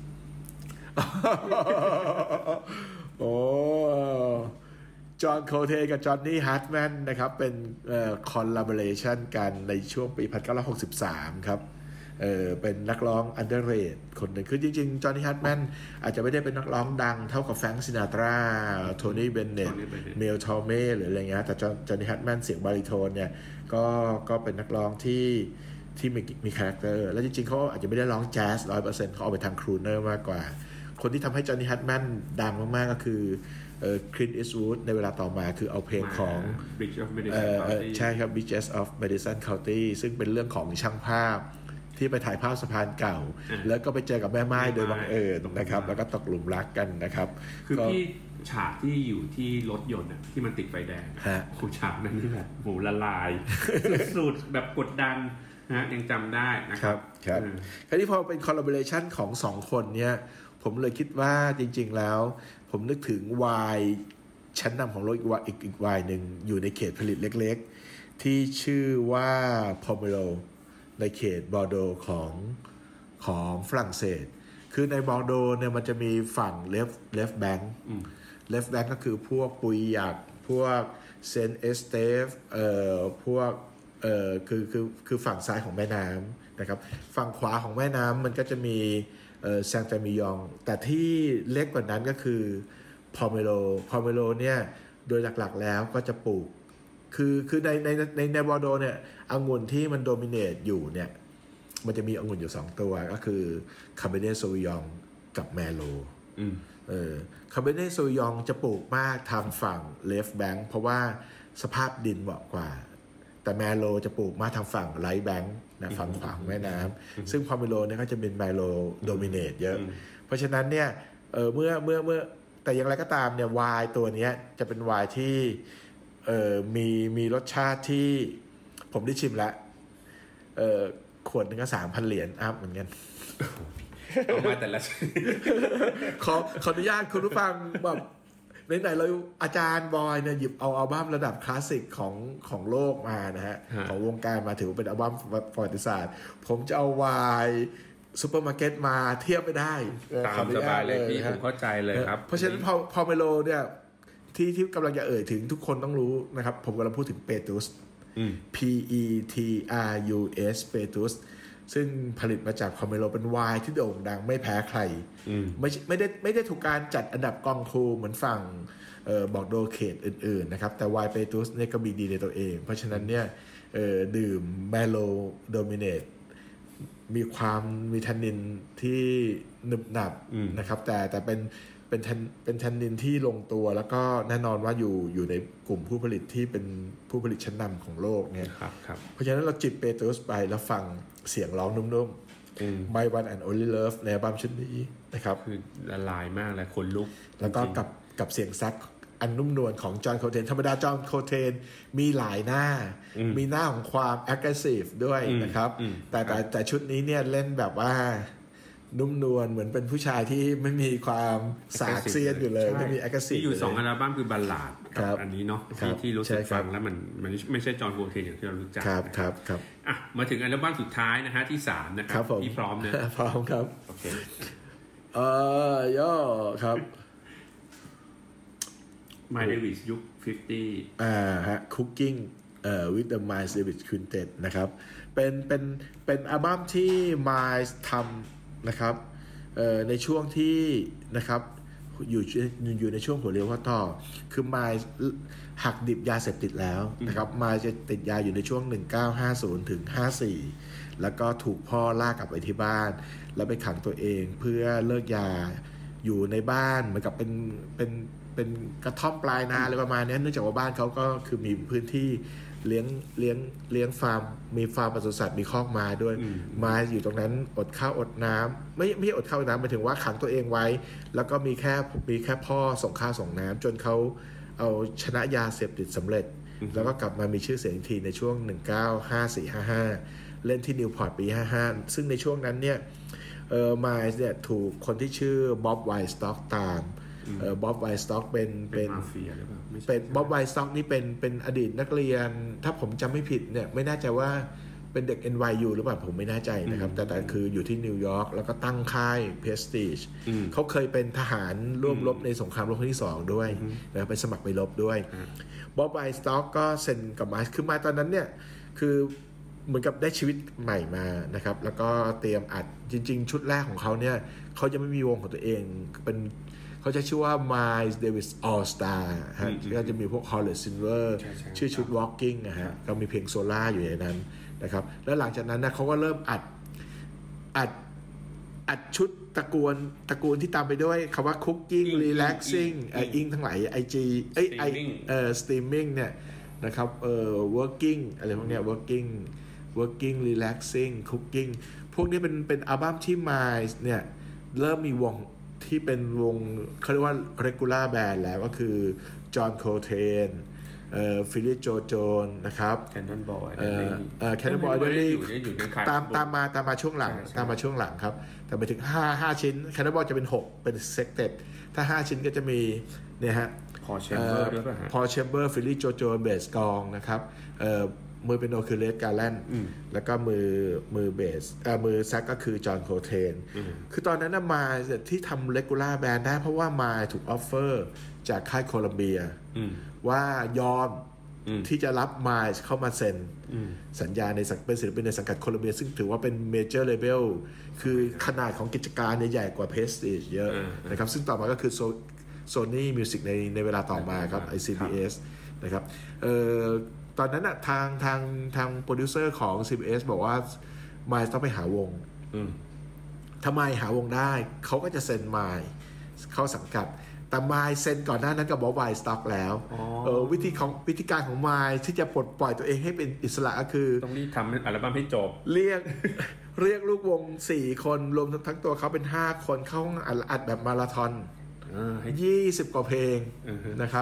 โอ้จอห์นโคเทกับจอห์นนี่ฮัตแมนนะครับเป็นคอลลาบอเรชันกันในช่วงปี 1963 ครับเป็นนักร้องอันเดอร์เรทคนหนึ่งคือจริงๆจอห์นนี่ฮัตแมนอาจจะไม่ได้เป็นนักร้องดังเท่ากับแฟรงค์ซินาตราโทนี่เบนเน็ตเมลทอมเม่หรืออะไรเงี้ยแต่จอห์นนี่ฮัตแมนเสียงบาริโทนเนี่ยก็เป็นนักร้องที่มีคาแรคเตอร์แล้วจริงๆเขาอาจจะไม่ได้ร้องแจ๊ส 100% เขาเอาไปทางครูเนอร์มากกว่าคนที่ทำให้จอห์นนี่ฮัตแมนดังมากๆก็คือคลินต์ อีสต์วูดในเวลาต่อมาคือเอาเพลงของ Bridge of Madison County ใช่ครับ Bridges of Madison County ซึ่งเป็นเรื่องของช่างภาพที่ไปถ่ายภาพสะพานเก่าแล้วก็ไปเจอกับแม่ไม้โดยบังเอิญนะครับแล้วก็ตกหลุมรักกันนะครับคือพี่ฉากที่อยู่ที่รถยนต์ที่มันติดไฟแดงฉากนั้นที่แบบโหละลายสุดๆแบบกดดันนะยังจำได้นะครับครับคราวนี้พอเป็นคอลลาบอเรชันของ2คนเนี่ยผมเลยคิดว่าจริงๆแล้วผมนึกถึงไวน์ชั้นนำของโลกอีกไวน์หนึ่งอยู่ในเขตผลิตเล็กๆที่ชื่อว่าพอเมโลในเขตบอร์โดของฝรั่งเศสคือในบอร์โดเนี่ยมันจะมีฝั่งเลฟแบงค์ก็คือพวกปุยหยักพวกเซนต์เอสเตฟพวกคือฝั่งซ้ายของแม่น้ำนะครับฝั่งขวาของแม่น้ำมันก็จะมีแซงต์มิยองแต่ที่เล็กกว่านั้นก็คือพอเมโลเนี่ยโดยหลักๆแล้วก็จะปลูกคือในบอร์โดเนี่ยองุ่นที่มันโดมิเนตอยู่เนี่ยมันจะมีองุ่นอยู่2ตัวก็คือคาเบเนโซวิยองกับแมโลคาเบเนโซวิยองจะปลูกมากทางฝั่งเลฟแบงค์เพราะว่าสภาพดินเหมาะกว่าแต่แมโลจะปลูกมากทางฝั่งไลท์แบงค์นะฝั่งขวาของแม่น้ำซึ่งพอเมโลเนี่ยก็จะเป็นแมโลโดมิเนตเยอะเพราะฉะนั้นเนี่ยเมื่อแต่อย่างไรก็ตามเนี่ยไวน์ตัวนี้จะเป็นไวน์ที่มีรสชาติที่ผมได้ชิมแล้วขวดนึงก็ 3,000 เหรียญอัพเหมือนกันเอามาแต่ละขออนุญาตคุณผู้ฟังแบบไหนๆเราอาจารย์บอยเนี่ยหยิบเอาอัลบั้มระดับคลาสสิกของโลกมานะฮะของวงการมาถือว่าเป็นอัลบั้มประวัติศาสตร์ผมจะเอาไวน์ซูเปอร์มาร์เก็ตมาเทียบไม่ได้ตามสบายเลยพี่ผมเข้าใจเลยครับเพราะฉะนั้นพอเมโลเนี่ยที่กำลังจะเอ่ยถึงทุกคนต้องรู้นะครับผมกำลังพูดถึงเปตุสPetrus เปตุสซึ่งผลิตมาจากพอเมโลเป็นไวน์ที่โด่งดังไม่แพ้ใครไม่ได้ถูกการจัดอันดับกองทูเหมือนฝั่งบอกโดเขตอื่นๆนะครับแต่ไวน์เปตุสเนี่ยก็มีดีในตัวเองเพราะฉะนั้นเนี่ยดื่มแมโลโดมิเนตมีแทนนินที่หนึบหนับนะครับแต่เป็นเป็นแทนนินที่ลงตัวแล้วก็แน่นอนว่าอยู่ในกลุ่มผู้ผลิตที่เป็นผู้ผลิตชั้นนำของโลกเนี่ยเพราะฉะนั้นเราจิบเปโตรสไปแล้วฟังเสียงร้องนุ่มๆ My One and Only Love ในอัลบั้มชุดนี้นะครับคือละลายมากเลยขนลุกแล้วก็กับเสียงแซกอันนุ่มนวลของจอห์นโคเทนธรรมดาจอห์นโคเทนมีหลายหน้ามีหน้าของความ aggressive ด้วยนะครับแต่ชุดนี้เนี่ยเล่นแบบว่านุ่มนวลเหมือนเป็นผู้ชายที่ไม่มีความสากเซียนอยู่เลยไม่มี aggressive ที่อยู่2อัลบั้มคือบัลลาดกับอันนี้เนาะที่รู้สึกฟังแล้วมันไม่ใช่จอห์นโคเทนอย่างที่เรารู้จักครับอ่ะมาถึงอัลบั้มสุดท้ายนะฮะที่3นะครับที่พร้อมนะพร้อมครับโอเคย่อครับ My Davis ยุค50 ฮะ Cooking with the Miles Davis Quintet นะครับเป็นอัลบั้มที่ Miles ทำนะครับในช่วงที่นะครับอยู่ในช่วงหัวเรียวหัวต่อคือ Miles หักดิบยาเสพติดแล้วนะครับ Miles จะติดยาอยู่ในช่วง1950ถึง54แล้วก็ถูกพ่อลากกลับไปที่บ้านแล้วไปขังตัวเองเพื่อเลิกยาอยู่ในบ้านเหมือนกับเป็นกระท่อมปลายนาอะไรประมาณนี้เนื่องจากว่าบ้านเขาก็คือมีพื้นที่เลี้ยงฟาร์มมีฟาร์มปศุสัตว์มีคอกม้าด้วยม้าอยู่ตรงนั้นอดข้าวอดน้ำไม่อดข้าวอดน้ำหมายถึงว่าขังตัวเองไว้แล้วก็มีแค่พ่อส่งข้าวส่งน้ำจนเขาเอาชนะยาเสพติดสำเร็จแล้วก็กลับมามีชื่อเสียงอีกทีในช่วง1954-55เล่นที่นิวพอร์ตปี55ซึ่งในช่วงนั้นเนี่ยมาเนี่ยถูกคนที่ชื่อบ๊อบไวสต็อกตามบ๊อบไวสต็อกเป็นมาเฟียหรือเปล่าเป็นบ๊อบไวสต็อกนี่เป็นอดีตนักเรียนถ้าผมจำไม่ผิดเนี่ยไม่แน่ใจว่าเป็นเด็ก NYU หรือเปล่าผมไม่แน่ใจนะครับแต่คืออยู่ที่นิวยอร์กแล้วก็ตั้งค่าย Prestige เขาเคยเป็นทหารร่วมรบในสงครามโลกครั้งที่2ด้วยนะไปสมัครไปรบด้วยบ๊อบไวสต็อกก็เซ็นกับมาคือมาตอนนั้นเนี่ยคือเหมือนกับได้ชีวิตใหม่มานะครับแล้วก็เตรียมอัดจริงๆชุดแรกของเขาเนี่ยเขาจะไม่มีวงของตัวเองเป็นเขาจะชื่อว่า Miles Davis All Star ฮะก็จะมีพวก Hollis Silver ชื่อชุด Walking นะฮะก็มีเพลงโซล่าอยู่ในนั้นนะครับแล้วหลังจากนั้นนะเขาก็เริ่มอัดชุดตระกูลที่ตามไปด้วยคำว่า Cooking Relaxing อิงทั้งหลาย IG Streaming เนี่ยนะครับWorking อะไรพวกเนี้ย Working Relaxing Cooking พวกนี้เป็นอัลบั้มที่ Miles เนี่ยเริ่มมีวงที่เป็นวงเขาเรียกว่า regular band แล้วก็คือจอห์นโคเทนฟิลลี่โจโจนนะครับแคนนอนบอยแคนนอนบอยด้วยตามมาช่วงหลังครับแต่ไปถึง5ชิ้นแคนนอนบอยจะเป็น6เป็นเซกเต็ดถ้า5ชิ้นก็จะมีเนี่ยฮะพอเชมเบอร์ด้วยป่ะฮะพอเชมเบอร์ฟิลลี่โจโจนเบสกองนะครับมือเป็นโอคือเลสการแลนแล้วก็มือเบสมือแซกก็คือจอห์นโคเทนคือตอนนั้นมาที่ทำเรกูล่าแบนด์ได้เพราะว่ามาถูกออฟเฟอร์จากค่ายโคลัมเบียว่ายอมที่จะรับมาเข้ามาเซ็นสัญญาในเป็นศิลปินในสังกัดโคลัมเบียซึ่งถือว่าเป็นเมเจอร์เลเบลคือขนาดของกิจการใหญ่กว่าเพสติจเยอะนะครับซึ่งต่อมาก็คือSony Music ในเวลาต่อมาครับ CBS นะครับตอนนั้นน่ะทางโปรดิวเซอร์ของ CBS บอกว่าไมล์ต้องไปหาวงทำไมหาวงได้เขาก็จะเซ็นไมล์เข้าสังกัดแต่ไมล์เซ็นก่อนหน้านั้นกับบ๊อบไวสต็อกแล้ววิธีการของไมล์ที่จะปลดปล่อยตัวเองให้เป็นอิสระก็คือต้องรีบทำอัลบั้มให้จบเรียกลูกวง4คนรวมทั้งตัวเขาเป็น5คนเข้าห้องอัดแบบมาราธอน20 กว่าเพลงนะครับ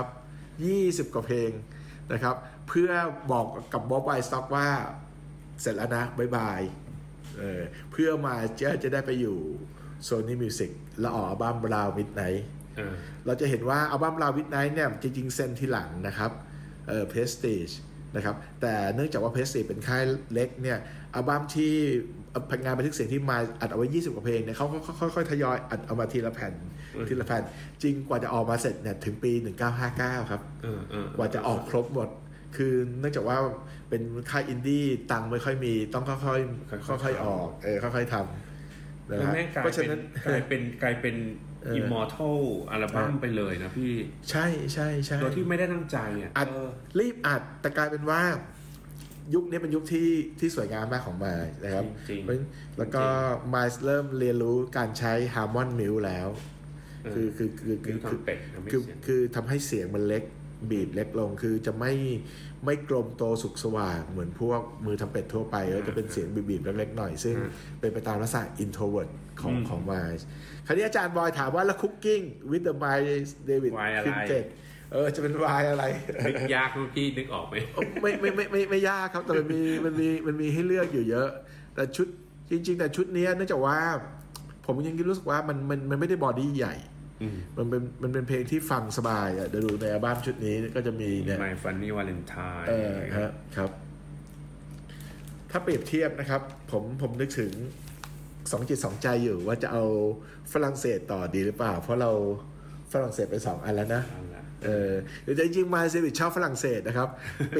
20 กว่าเพลงนะครับเพื่อบอกกับบ๊อบไวสต็อกว่าเสร็จแล้วนะบ๊ายบายเพื่อมาจะได้ไปอยู่ Sony Music แล้วออกอัลบั้ม Round Midnight เราจะเห็นว่าอัลบั้ม Round Midnight เนี่ยจริงๆเซ็นทีหลังนะครับPrestige นะครับแต่เนื่องจากว่า Prestige เป็นค่ายเล็กเนี่ยอัลบั้มที่งานบันทึกเสียงที่มาอัดเอาไว้20 กว่าเพลงเนี่ยเขาค่อยๆทยอยอัดเอามาทีละแผ่นจริงกว่าจะออกมาเสร็จเนี่ยถึงปี1959ครับกว่าจะออกครบหมดคือเนื่องจากว่าเป็นค่ายอินดี้ตังค์ไม่ค่อยมีต้องค่อยๆออกค่อยๆทำนะฮะเพราะฉะนั้นกลายเป็นImmortal อัลบั้มไปเลยนะพี่ใช่โดยที่ไม่ได้ตั้งใจอัดรีบอัดแต่กลายเป็นว่ายุคนี้เป็นยุคที่สวยงามมากของไมล์นะครับแล้วก็ไมล์เริ่มเรียนรู้การใช้ฮาร์มอนมิวแล้วคือทำให้เสียงมันเล็กบีบเล็กลงคือจะไม่กลมโตสุกสว่างเหมือนพวกมือทำเป็ดทั่วไปจะเป็นเสียงบีบๆเล็กๆหน่อยซึ่งเป็นไปตามลักษณะ introvert ของ Miles คราวนี้อาจารย์บอยถามว่าแล้ว Cooking with the Miles David Quintet จะเป็นวายอะไรนึกยากพี่นึกออกไหมไม่ยากครับแต่มันมีให้เลือกอยู่เยอะแต่ชุดจริงๆแต่ชุดนี้เนื่องจากว่าผมยังรู้สึกว่ามันไม่ได้บอดี้ใหญ่มันเป็นเพลงที่ฟังสบายเดี๋ยวดูในอัลบั้มชุดนี้ก็จะมีเนี่ย My Funny Valentine ครับถ้าเปรียบเทียบนะครับผมนึกถึงสองจิตสองใจอยู่ว่าจะเอาฝรั่งเศสต่อดีหรือเปล่าเพราะเราฝรั่งเศสไป2 อันแล้วนะแต่จริงๆ Miles Davis ชอบฝรั่งเศสนะครับปี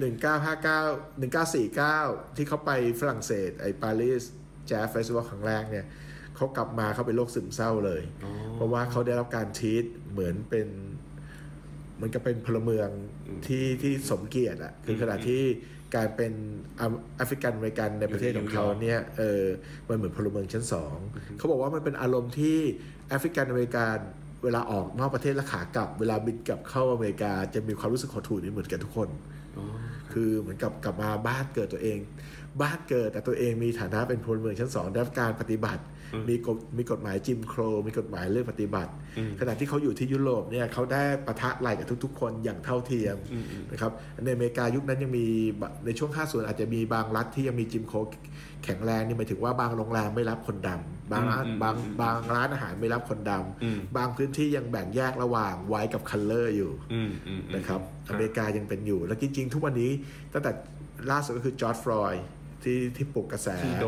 1949 ที่เขาไปฝรั่งเศสไอ้ปารีสแจ๊สเฟสติวัลครั้งแรกเนี่ยเขากลับมาเขาเป็นโรคซึมเศร้าเลยเพราะว่าเขาได้รับการทีตเหมือนกับเป็นพลเมืองที่สมเกียรติคือขณะที่การเป็นแอฟริกันอเมริกันในประเทศของเขาเนี่ยมันเหมือนพลเมืองชั้น2เขาบอกว่ามันเป็นอารมณ์ที่แอฟริกันอเมริกันเวลาออกนอกประเทศและขากลับเวลาบินกลับเข้าอเมริกาจะมีความรู้สึกหดหู่นี่เหมือนกันทุกคนคือเหมือนกับกลับมาบ้านเกิดตัวเองบ้านเกิดแต่ตัวเองมีฐานะเป็นพลเมืองชั้น2ได้รับการปฏิบัติมีกฎหมายจิมโครมีกฎหมายเรื่องปฏิบัติขณะที่เขาอยู่ที่ยุโรปเนี่ยเขาได้ปะทะไหล่กับทุกๆคนอย่างเท่าเทียมนะครับในอเมริกายุคนั้นยังมีในช่วง50อาจจะมีบางรัฐที่ยังมีจิมโครแข็งแรงนี่หมายถึงว่าบางโรงแรมไม่รับคนดำบางร้านอาหารไม่รับคนดำบางพื้นที่ยังแบ่งแยกระหว่างไวท์กับคัลเลอร์อยู่นะครับอเมริกายังเป็นอยู่แล้วจริงๆทุกวันนี้ตั้งแต่ล่าสุดก็คือจอร์จฟลอยด์ที่ปลุกกระแส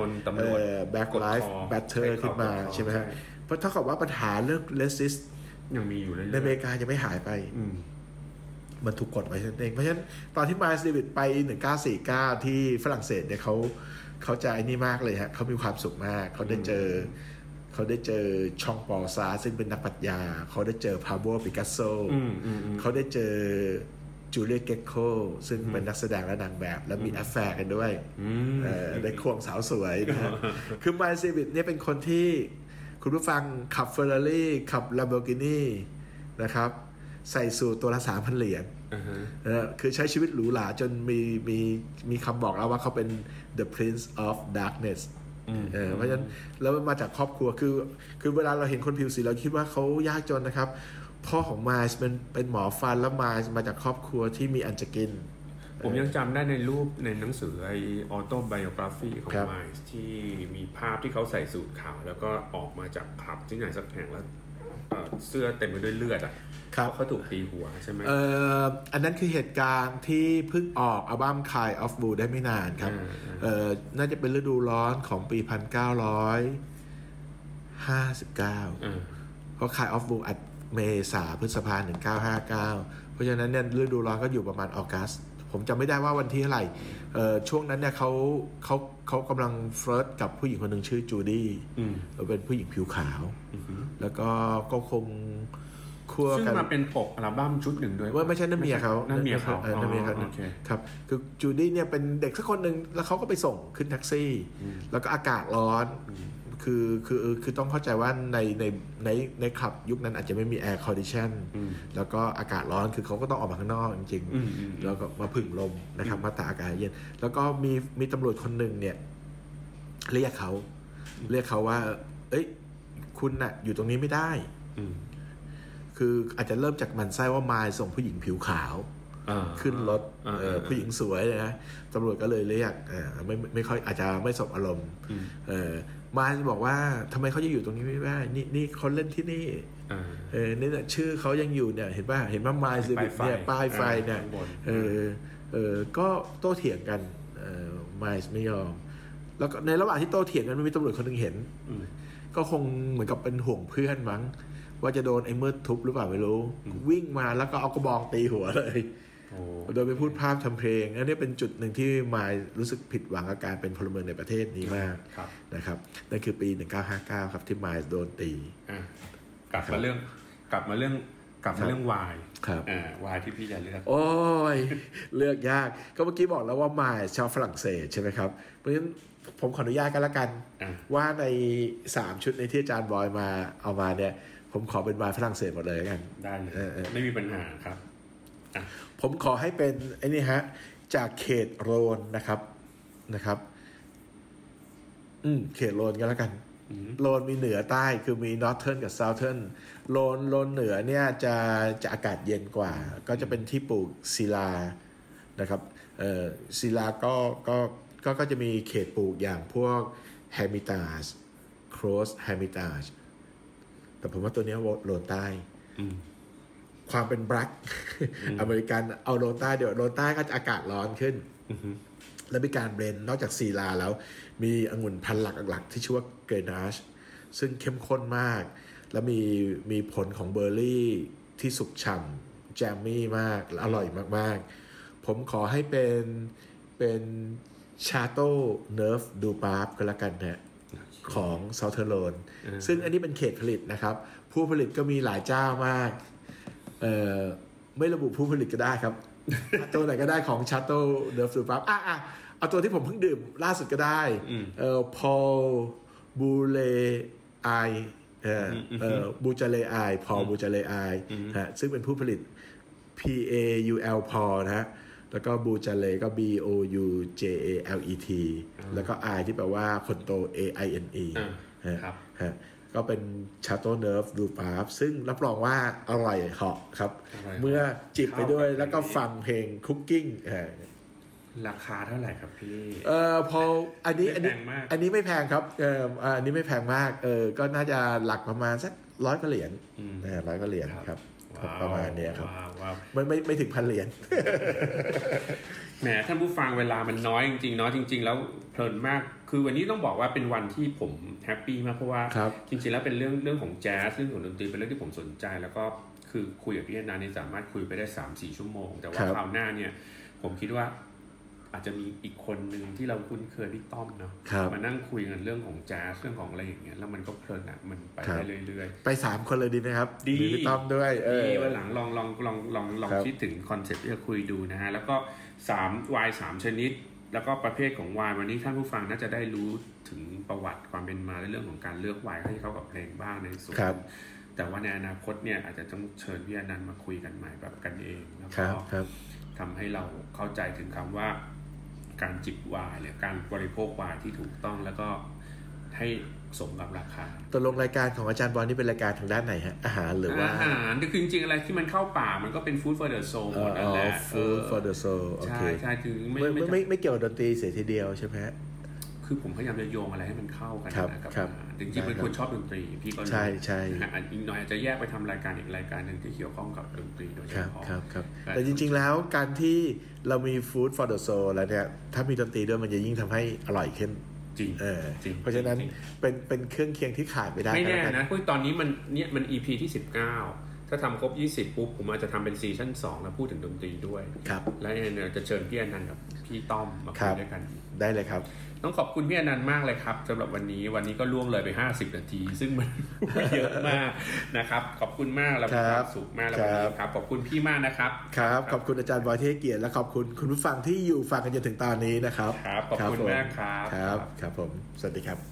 Black Lives Matter ขึ้นมาใช่ไหมฮะเพราะเท่ากับว่าปัญหาเรื่อง racist ยังมีอยู่ในอเมริกายังไม่หายไปมันถูกกดไว้นั่นเองเพราะฉะนั้นตอนที่ Miles Davis ไป1949ที่ฝรั่งเศสเนี่ยเขาจะไอ้นี่มากเลยฮะเขามีความสุขมากเขาได้เจอชองปอซาซึ่งเป็นนักปรัชญาเขาได้เจอพาโบปิกัสโซเขาได้เจอจูเลียเกคโคซึ่งเป็นนักแสดงและนางแบบและมีแอฟแฟร์กันด้วยได้ควงสาวสวยนะฮะคือ Miles Davis เนี่ยเป็นคนที่คุณผู้ฟังขับเฟอร์รารี่ขับ Lamborghini นะครับใส่สูทตัวละ 3,000 เหรียญคือใช้ชีวิตหรูหราจนมีคำบอกแล้วว่าเขาเป็น the prince of darkness เพราะฉะนั้นแล้วมันมาจากครอบครัวคือเวลาเราเห็นคนผิวสีเราคิดว่าเขายากจนนะครับพ่อของไมล์เป็นหมอฟันแล้วไมล์มาจากครอบครัวที่มีอันจะกินผมยังจำได้ในรูปในหนังสือไอออโตไบโอกราฟีของไมล์ที่มีภาพที่เขาใส่สูทขาวแล้วก็ออกมาจากคลับที่ไหนสักแห่งแล้วเสื้อเต็มไปด้วยเลือดเขาถูกตีหัวใช่ไหมอันนั้นคือเหตุการณ์ที่เพิ่งออกอัลบั้ม Kind of Blue ได้ไม่นานครับน่าจะเป็นฤดูร้อนของปี 1959เพราะ Kind of Blue อัดเมษาพฤษภาคม 1959เพราะฉะนั้นเนี่ยฤดูร้อนก็อยู่ประมาณออกัสผมจำไม่ได้ว่าวันที่เท่าไหร่ช่วงนั้นเนี่ยเขากำลังเฟิร์สกับผู้หญิงคนหนึ่งชื่อจูดี้เป็นผู้หญิงผิวขาวแล้วก็คงคั่วกันซึ่งมาเป็นปกอัลบั้มชุดหนึ่งด้วยว่าไม่ใช่นั่นเมียเขานั่นเมียเขาครับคือจูดี้เนี่ยเป็นเด็กสักคนหนึ่งแล้วเขาก็ไปส่งขึ้นแท็กซี่แล้วก็อากาศร้อนคือต้องเข้าใจว่าในคลับยุคนั้นอาจจะไม่มีแอร์คอนดิชันแล้วก็อากาศร้อนคือเขาก็ต้องออกมาข้างนอกจริงๆแล้วก็มาพึ่งลมนะครับมาตากอากาศเย็นแล้วก็มีตำรวจคนหนึ่งเนี่ยเรียกเขาว่าเอ้ยคุณน่ะอยู่ตรงนี้ไม่ได้คืออาจจะเริ่มจากมันไส้ว่าไมล์ส่งผู้หญิงผิวขาวขึ้นรถผู้หญิงสวยนะตำรวจก็เลยเรียกไม่ค่อยอาจจะไม่สบอารมณ์มาจะบอกว่าทำไมเขาจะอยู่ตรงนี้ไม่ได้นี่เขาเล่นที่นี่นี่แหละชื่อเขายังอยู่เนี่ยเห็นป่ะเห็นว่ามาสิเนี่ยป้ายไฟเนี่ยก็โต้เถียงกันมาไม่ยอมแล้วก็ในระหว่างที่โต้เถียงกันมีตำรวจคนนึงเห็นก็คงเหมือนกับเป็นห่วงเพื่อนมั้งว่าจะโดนไอ้มืดทุบหรือเปล่าไม่รู้วิ่งมาแล้วก็เอากระบองตีหัวเลยโดยไปพูดภาพทำเพลงอันนี้เป็นจุดหนึ่งที่มายรู้สึกผิดหวังกับการเป็นพลเมืองในประเทศนี้มากนะครับนั่นคือปี1959ครับที่มายโดนตีกลับมาเรื่องวายครับวายที่พี่จะเลือกโอ้ยเลือกยากก็เมื่อกี้บอกแล้วว่ามายชาวฝรั่งเศสใช่ไหมครับเพราะฉะนั้นผมขออนุญาตกันละกันว่าใน3ชุดในที่อาจารย์บอยมาเอามาเนี่ยผมขอเป็นไวน์ฝรั่งเศสหมดเลยกันได้เลยไม่มีปัญหาครับผมขอให้เป็นไอ้นี่ฮะจากเขตโรนนะครับเขตโรนก็แล้วกันโรนมีเหนือใต้คือมี Northern กับ Southern โรนเหนือเนี่ยจะอากาศเย็นกว่าก็จะเป็นที่ปลูกศิลานะครับศิลาก็จะมีเขตปลูกอย่างพวก Hermitage Cross Hermitage แต่ผมว่าตัวนี้โรนใต้ความเป็นแบล็คอเมริกันเอาโรนใต้เดี๋ยวโรนใต้ก็จะอากาศร้อนขึ้นแล้วมีการเบรนนอกจากซีลาแล้วมีองุ่นพันธุ์หลักๆที่ชื่อว่าเกรนาชซึ่งเข้มข้นมากแล้วมีผลของเบอร์รี่ที่สุกฉ่ำแจมมี่มากและอร่อยมากๆผมขอให้เป็นชาโต้เนิร์ฟดูปาร์ฟก็แล้วกันนะของเซาเทอร์โรนซึ่งอันนี้เป็นเขตผลิตนะครับผู้ผลิตก็มีหลายเจ้ามากไม่ระบุผู้ผลิตก็ได้ครับ ตัวไหนก็ได้ของชาโต้เนิร์ฟดูปาร์ฟเอาตัวที่ผมเพิ่งดื่มล่าสุดก็ได้พอลบูเลไอบูจาเลไอพอลบูจาเลไอซึ่งเป็นผู้ผลิต PAUL พอนะฮะแล้วก็บูจาเลก็ BOUJALET แล้วก็ I ที่แปลว่าคนโต AINE ครับก็เป็นชาโต้เนิร์ฟดูปาร์ฟซึ่งรับรองว่าอร่อยเหาะครับเมื่อจิบไปด้วยแล้วก็ฟังเพลงคุกกิ้งราคาเท่าไหร่ครับพี่พออันนี้ไม่แพงครับอันนี้ไม่แพงมากก็น่าจะหลักประมาณสัก100 กว่าเหรียญ100 กว่าเหรียญครับประมาณนี้ครับไม่ถึง1,000 เหรียญแหมท่านผู้ฟังเวลามันน้อยจริงๆเนาะจริงๆแล้วเพลินมากคือวันนี้ต้องบอกว่าเป็นวันที่ผมแฮปปี้มากเพราะว่าจริงๆแล้วเป็นเรื่องของแจ๊สเรื่องของดนตรีเป็นเรื่องที่ผมสนใจแล้วก็คือคุยกับพี่อนันต์เนี่ยสามารถคุยไปได้ 3-4 ชั่วโมงแต่ว่าคราวหน้าเนี่ยผมคิดว่าอาจจะมีอีกคนนึงที่เราคุ้นเคยพี่ต้อมเนาะมานั่งคุยกันเรื่องของแจ๊สเรื่องของอะไรอย่างเงี้ยแล้วมันก็เพลินอ่ะมันไปได้เรื่อยๆไป3 คนเลยดีไหมครับดีพี่ต้อมด้วยวันหลังลองคิดถึงคอนเซ็ปต์ที่จะคุยดูนะฮะแล้วก็3 วาย 3 ชนิดแล้วก็ประเภทของไวน์วันนี้ท่านผู้ฟังน่าจะได้รู้ถึงประวัติความเป็นมาและเรื่องของการเลือกไวน์ให้เข้ากับเพลงบ้างในส่วนแต่ว่าในอนาคตเนี่ยอาจจะต้องเชิญพี่อนันต์มาคุยกันใหม่แบบกันเองแล้วก็ทำให้เราเข้าใจถึงคำว่าการจิบไวน์หรือการบริโภคไวน์ที่ถูกต้องแล้วก็ให้สมกับราคาตกลงรายการของอาจารย์บอลนี่เป็นรายการทางด้านไหนฮะอาหารหรือว่าอาหารคือจริงๆอะไรที่มันเข้าป่ามันก็เป็น food for the soul หมดนั่นแหละ food for the soul โอเคใช่คือไม่เกี่ยวกับดนตรีเสียทีเดียวใช่ไหมฮะคือผมพยายามจะโยงอะไรให้มันเข้ากันนะครับจริงๆเป็นคนชอบดนตรีพี่ก็รู้ใช่อีกหน่อยอาจจะแยกไปทำรายการอีกรายการนึงที่เกี่ยวข้องกับดนตรีโดยเฉพาะครับแต่จริงๆแล้วการที่เรามี food for the soul แล้วเนี่ยถ้ามีดนตรีด้วยมันจะยิ่งทำให้อร่อยขึ้นจริงเพราะฉะนั้นเป็นเครื่องเคียงที่ขาดไม่ได้ไม่แน่นะเพราะตอนนี้มัน EP ที่19ถ้าทำครบ20ปุ๊บผมอาจจะทำเป็นซีซั่น2แล้วพูดถึงดนตรีด้วยและเนี่ยจะเชิญพี่อนันต์กับพี่ต้อมมาคุยด้วยกันได้เลยครับต้องขอบคุณพี่อนันต์มากเลยครับสำหรับวันนี้ก็ล่วงเลยไป50 นาทีซึ่งมันเยอะมากนะครับขอบคุณมากเรามีความสุขมากแล้ววันนี้ครับขอบคุณพี่มากนะครับครับขอบคุณอาจารย์บอยที่ให้เกียรติและขอบคุณคุณผู้ฟังที่อยู่ฟังกันจนถึงตอนนี้นะครับครับขอบคุณมากครับครับผมสวัสดีครับ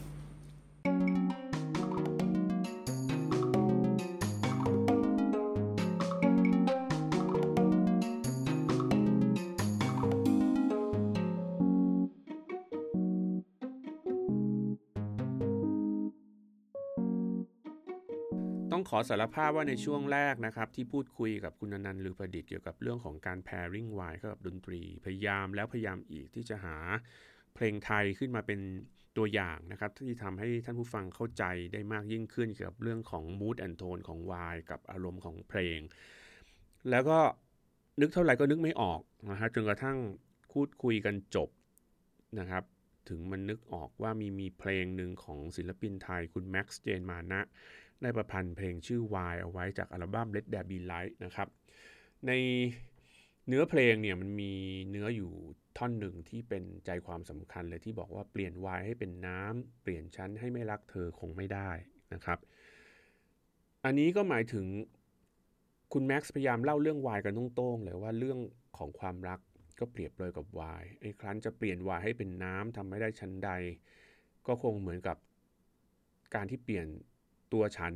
ต้องขอสารภาพว่าในช่วงแรกนะครับที่พูดคุยกับคุณอนันต์ ลือประดิษฐ์เกี่ยวกับเรื่องของการ pairing ไวน์กับดนตรีพยายามอีกที่จะหาเพลงไทยขึ้นมาเป็นตัวอย่างนะครับที่ทำให้ท่านผู้ฟังเข้าใจได้มากยิ่งขึ้นเกี่ยวกับเรื่องของ mood and tone ของไวน์กับอารมณ์ของเพลงแล้วก็นึกเท่าไหร่ก็นึกไม่ออกนะฮะจนกระทั่งพูดคุยกันจบนะครับถึงมันนึกออกว่ามีเพลงหนึ่งของศิลปินไทยคุณแม็กซ์เจนมานะได้ประพันธ์เพลงชื่อ Why เอาไว้จากอัลบั้ม Let There Be Light นะครับในเนื้อเพลงเนี่ยมันมีเนื้ออยู่ท่อนหนึ่งที่เป็นใจความสำคัญเลยที่บอกว่าเปลี่ยน Why ให้เป็นน้ำเปลี่ยนฉันให้ไม่รักเธอคงไม่ได้นะครับอันนี้ก็หมายถึงคุณแม็กซ์พยายามเล่าเรื่อง Why กันตรงๆเลยว่าเรื่องของความรักก็เปรียบเลยกับ Why ไอ้ครั้นจะเปลี่ยน Why ให้เป็นน้ำทำไม่ได้ชั้นใดก็คงเหมือนกับการที่เปลี่ยนตัวฉัน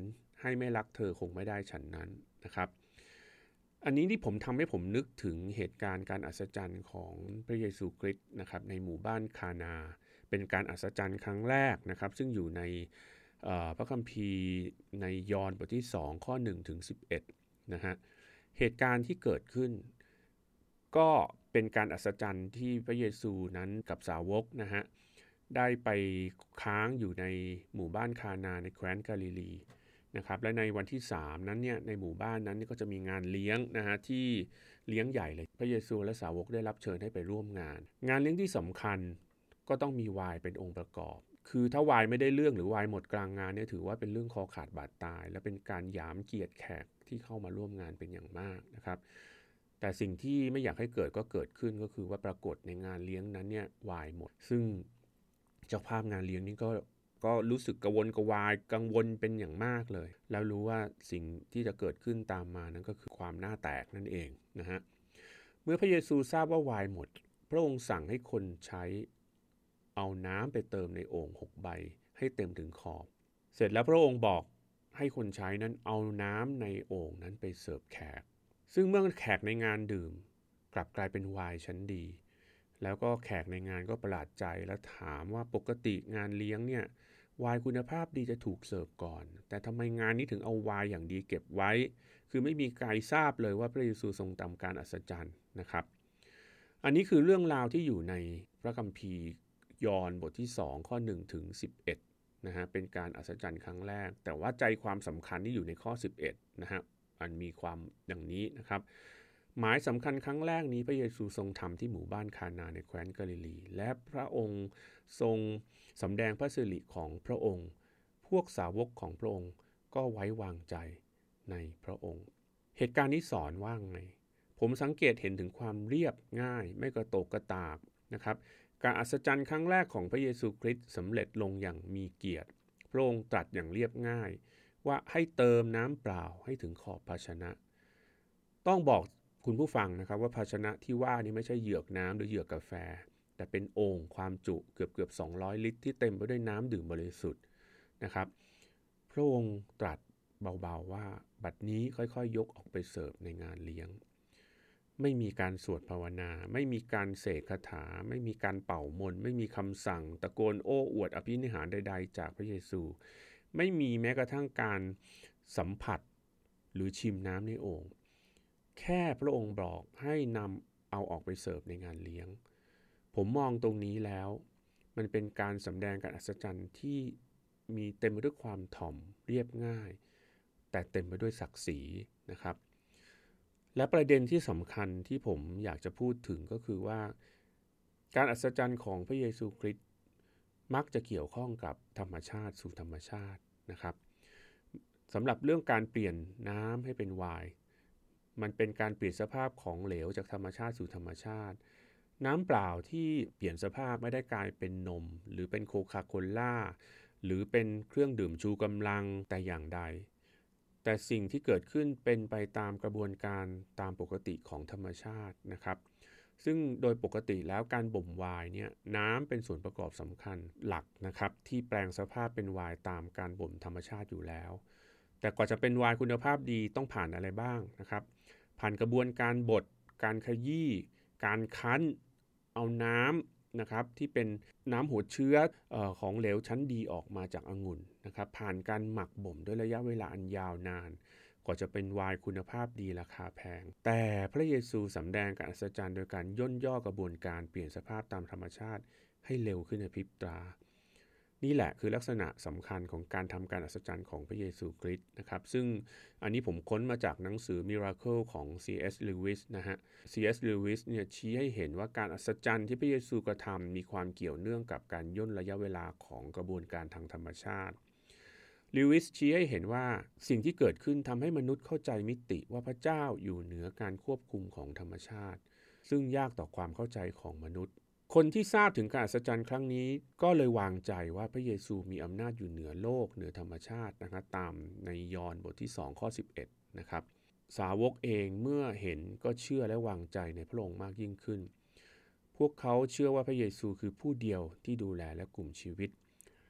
ให้ไม่รักเธอคงไม่ได้ฉันนั้นนะครับอันนี้ที่ผมทำให้ผมนึกถึงเหตุการณ์การอัศจรรย์ของพระเยซูคริสต์นะครับในหมู่บ้านคานาเป็นการอัศจรรย์ครั้งแรกนะครับซึ่งอยู่ในพระคัมภีร์ในยอห์นบทที่2ข้อ1ถึง11นะฮะเหตุการณ์ที่เกิดขึ้นก็เป็นการอัศจรรย์ที่พระเยซูนั้นกับสาวกนะฮะได้ไปค้างอยู่ในหมู่บ้านคานาในแคว้นกาลิลีนะครับและในวันที่3นั้นเนี่ยในหมู่บ้านนั้นก็จะมีงานเลี้ยงนะฮะที่เลี้ยงใหญ่เลยพระเยซูและสาวกได้รับเชิญให้ไปร่วมงานเลี้ยงที่สำคัญก็ต้องมีไวน์เป็นองค์ประกอบคือถ้าไวน์ไม่ได้เรื่องหรือไวน์หมดกลางงานเนี่ยถือว่าเป็นเรื่องคอขาดบาดตายและเป็นการหยามเกียรติแขกที่เข้ามาร่วมงานเป็นอย่างมากนะครับแต่สิ่งที่ไม่อยากให้เกิดก็เกิดขึ้นก็คือว่าปรากฏในงานเลี้ยงนั้นเนี่ยไวน์หมดซึ่งเจ้าภาพงานเลี้ยงนี้ก็รู้สึกกระวนกระวายกังวลเป็นอย่างมากเลยแล้วรู้ว่าสิ่งที่จะเกิดขึ้นตามมานั้นก็คือความหน้าแตกนั่นเองนะฮะเมื่อพระเยซูทราบว่าไวน์หมดพระองค์สั่งให้คนใช้เอาน้ำไปเติมในโอ่ง6ใบให้เต็มถึงขอบเสร็จแล้วพระองค์บอกให้คนใช้นั้นเอาน้ำในโอ่งนั้นไปเสิร์ฟแขกซึ่งเมื่อแขกในงานดื่มกลับกลายเป็นไวน์ชั้นดีแล้วก็แขกในงานก็ประหลาดใจและถามว่าปกติงานเลี้ยงเนี่ยไวน์คุณภาพดีจะถูกเสิร์ฟก่อนแต่ทำไมงานนี้ถึงเอาไวน์อย่างดีเก็บไว้คือไม่มีใครทราบเลยว่าพระเยซูทรงทำการอัศจรรย์นะครับอันนี้คือเรื่องราวที่อยู่ในพระคัมภีร์ยอห์นบทที่2ข้อ1ถึง11นะฮะเป็นการอัศจรรย์ครั้งแรกแต่ว่าใจความสำคัญที่อยู่ในข้อ11นะฮะอันมีความอย่างนี้นะครับหมายสำคัญครั้งแรกนี้พระเยซูทรงทำที่หมู่บ้านคานาในแคว้นกาลิลีและพระองค์ทรงสำแดงพระสิริของพระองค์พวกสาวกของพระองค์ก็ไว้วางใจในพระองค์เหตุการณ์นี้สอนว่าไงผมสังเกตเห็นถึงความเรียบง่ายไม่กระโตกกระตากนะครับการอัศจรรย์ครั้งแรกของพระเยซูคริสต์สำเร็จลงอย่างมีเกียรติพระองค์ตรัสอย่างเรียบง่ายว่าให้เติมน้ำเปล่าให้ถึงขอบภาชนะต้องบอกคุณผู้ฟังนะครับว่าภาชนะที่ว่านี้ไม่ใช่เหยือกน้ำหรือเหยือกกาแฟแต่เป็นโอ่งความจุเกือบ200 ลิตรที่เต็มไปด้วยน้ำดื่มบริสุทธิ์นะครับพระองค์ตรัสเบาๆว่าบัดนี้ค่อยๆยกออกไปเสิร์ฟในงานเลี้ยงไม่มีการสวดภาวนาไม่มีการเสกคาถาไม่มีการเป่ามนต์ไม่มีคำสั่งตะโกนโอ้อวดอภินิหารใดๆจากพระเยซูไม่มีแม้กระทั่งการสัมผัสหรือชิมน้ำในโอ่งแค่พระองค์บอกให้นำเอาออกไปเสิร์ฟในงานเลี้ยงผมมองตรงนี้แล้วมันเป็นการสำแดงการอัศจรรย์ที่มีเต็มไปด้วยความถ่อมเรียบง่ายแต่เต็มไปด้วยศักดิ์ศรีนะครับและประเด็นที่สำคัญที่ผมอยากจะพูดถึงก็คือว่าการอัศจรรย์ของพระเยซูคริสต์มักจะเกี่ยวข้องกับธรรมชาติสู่ธรรมชาตินะครับสำหรับเรื่องการเปลี่ยนน้ำให้เป็นไวน์มันเป็นการเปลี่ยนสภาพของเหลวจากธรรมชาติสู่ธรรมชาติน้ำเปล่าที่เปลี่ยนสภาพไม่ได้กลายเป็นนมหรือเป็นโคคาโคล่าหรือเป็นเครื่องดื่มชูกำลังแต่อย่างใดแต่สิ่งที่เกิดขึ้นเป็นไปตามกระบวนการตามปกติของธรรมชาตินะครับซึ่งโดยปกติแล้วการบ่มไวน์เนี่ยน้ำเป็นส่วนประกอบสำคัญหลักนะครับที่แปลงสภาพเป็นไวน์ตามการบ่มธรรมชาติอยู่แล้วแต่กว่าจะเป็นไวน์คุณภาพดีต้องผ่านอะไรบ้างนะครับผ่านกระบวนการบดการขยี้การคั้นเอาน้ำนะครับที่เป็นน้ำหัวเชื้อของเหลวชั้นดีออกมาจากองุ่นนะครับผ่านการหมักบ่มด้วยระยะเวลาอันยาวนานกว่าจะเป็นไวน์คุณภาพดีราคาแพงแต่พระเยซูสำแดงการอัศจรรย์โดยการย่นย่อกระบวนการเปลี่ยนสภาพตามธรรมชาติให้เร็วขึ้นในพริบตานี่แหละคือลักษณะสำคัญของการทำการอัศจรรย์ของพระเยซูคริสต์นะครับซึ่งอันนี้ผมค้นมาจากหนังสือ Miracle ของ C.S. Lewis นะฮะ C.S. Lewis เนี่ยชี้ให้เห็นว่าการอัศจรรย์ที่พระเยซูกระทำมีความเกี่ยวเนื่องกับการย่นระยะเวลาของกระบวนการทางธรรมชาติLewis ชี้ให้เห็นว่าสิ่งที่เกิดขึ้นทำให้มนุษย์เข้าใจมิติว่าพระเจ้าอยู่เหนือการควบคุมของธรรมชาติซึ่งยากต่อความเข้าใจของมนุษย์คนที่ทราบถึงการอัศจรรย์ครั้งนี้ก็เลยวางใจว่าพระเยซูมีอำนาจอยู่เหนือโลกเหนือธรรมชาตินะครับตามในยอห์นบทที่2ข้อ11นะครับสาวกเองเมื่อเห็นก็เชื่อและวางใจในพระองค์มากยิ่งขึ้นพวกเขาเชื่อว่าพระเยซูคือผู้เดียวที่ดูแลและกลุ่มชีวิตพ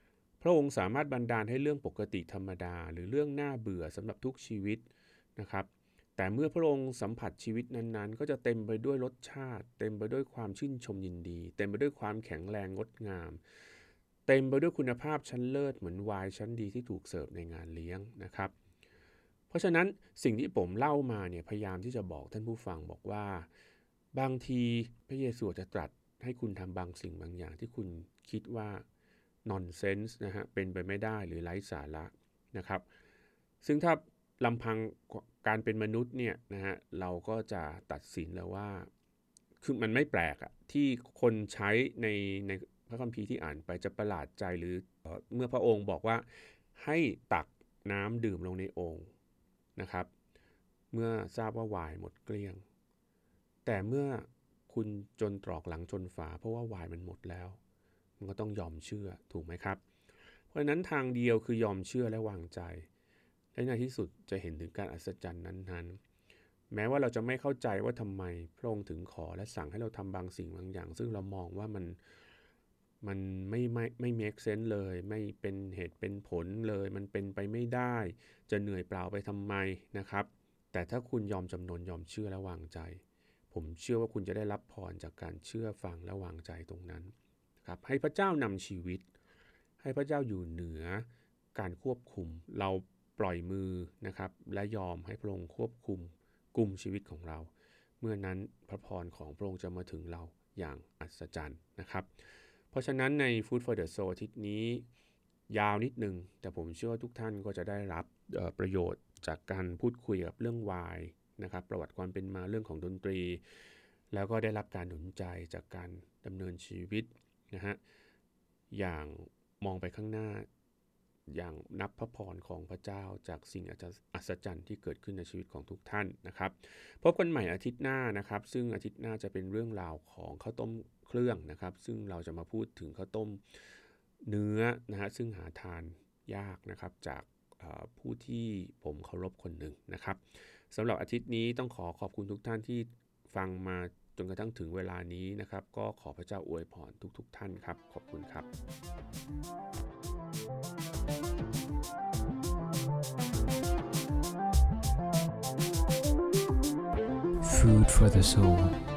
พระองค์สามารถบันดาลให้เรื่องปกติธรรมดาหรือเรื่องน่าเบื่อสำหรับทุกชีวิตนะครับแต่เมื่อพระองค์สัมผัสชีวิตนั้นๆก็จะเต็มไปด้วยรสชาติเต็มไปด้วยความชื่นชมยินดีเต็มไปด้วยความแข็งแรงงดงามเต็มไปด้วยคุณภาพชั้นเลิศเหมือนไวน์ชั้นดีที่ถูกเสิร์ฟในงานเลี้ยงนะครับเพราะฉะนั้นสิ่งที่ผมเล่ามาเนี่ยพยายามที่จะบอกท่านผู้ฟังบอกว่าบางทีพระเยซูจะตรัสให้คุณทำบางสิ่งบางอย่างที่คุณคิดว่านอนเซนส์นะฮะเป็นไปไม่ได้หรือไร้สาระนะครับซึ่งถ้าลำพังการเป็นมนุษย์เนี่ยนะฮะเราก็จะตัดสินแล้วว่าคือมันไม่แปลกอะที่คนใช้ในพระคัมภีร์ที่อ่านไปจะประหลาดใจหรือเมื่อพระองค์บอกว่าให้ตักน้ำดื่มลงในโอ่งนะครับเมื่อทราบว่าไวน์หมดเกลี้ยงแต่เมื่อคุณจนตรอกหลังชนฝาเพราะว่าไวน์มันหมดแล้วมันก็ต้องยอมเชื่อถูกไหมครับเพราะฉะนั้นทางเดียวคือยอมเชื่อและวางใจและในที่สุดจะเห็นถึงการอัศจรรย์นั้นๆแม้ว่าเราจะไม่เข้าใจว่าทำไมพระองค์ถึงขอและสั่งให้เราทำบางสิ่งบางอย่างซึ่งเรามองว่ามันไม่ make sense เลยไม่เป็นเหตุเป็นผลเลยมันเป็นไปไม่ได้จะเหนื่อยเปล่าไปทำไมนะครับแต่ถ้าคุณยอมจำนนยอมเชื่อและวางใจผมเชื่อว่าคุณจะได้รับพรจากการเชื่อฟังและวางใจตรงนั้นครับให้พระเจ้านำชีวิตให้พระเจ้าอยู่เหนือการควบคุมเราปล่อยมือนะครับและยอมให้พระองค์ควบคุมกุมชีวิตของเราเมื่อนั้นพระพรของพระองค์จะมาถึงเราอย่างอัศจรรย์นะครับเพราะฉะนั้นใน Food for the Soul อาทิตย์นี้ยาวนิดนึงแต่ผมเชื่อว่าทุกท่านก็จะได้รับประโยชน์จากการพูดคุยกับเรื่องไวน์นะครับประวัติความเป็นมาเรื่องของดนตรีแล้วก็ได้รับการหนุนใจจากการดำเนินชีวิตนะฮะอย่างมองไปข้างหน้าอย่างนับพระพรของพระเจ้าจากสิ่งอัศจรรย์ที่เกิดขึ้นในชีวิตของทุกท่านนะครับพบกันใหม่อาทิตย์หน้านะครับซึ่งอาทิตย์หน้าจะเป็นเรื่องราวของข้าวต้มเครื่องนะครับซึ่งเราจะมาพูดถึงข้าวต้มเนื้อนะฮะซึ่งหาทานยากนะครับจากผู้ที่ผมเคารพคนหนึ่งนะครับสำหรับอาทิตย์นี้ต้องขอบคุณทุกท่านที่ฟังมาจนกระทั่งถึงเวลานี้นะครับก็ขอพระเจ้าอวยพรทุกท่านครับขอบคุณครับ Food for the soul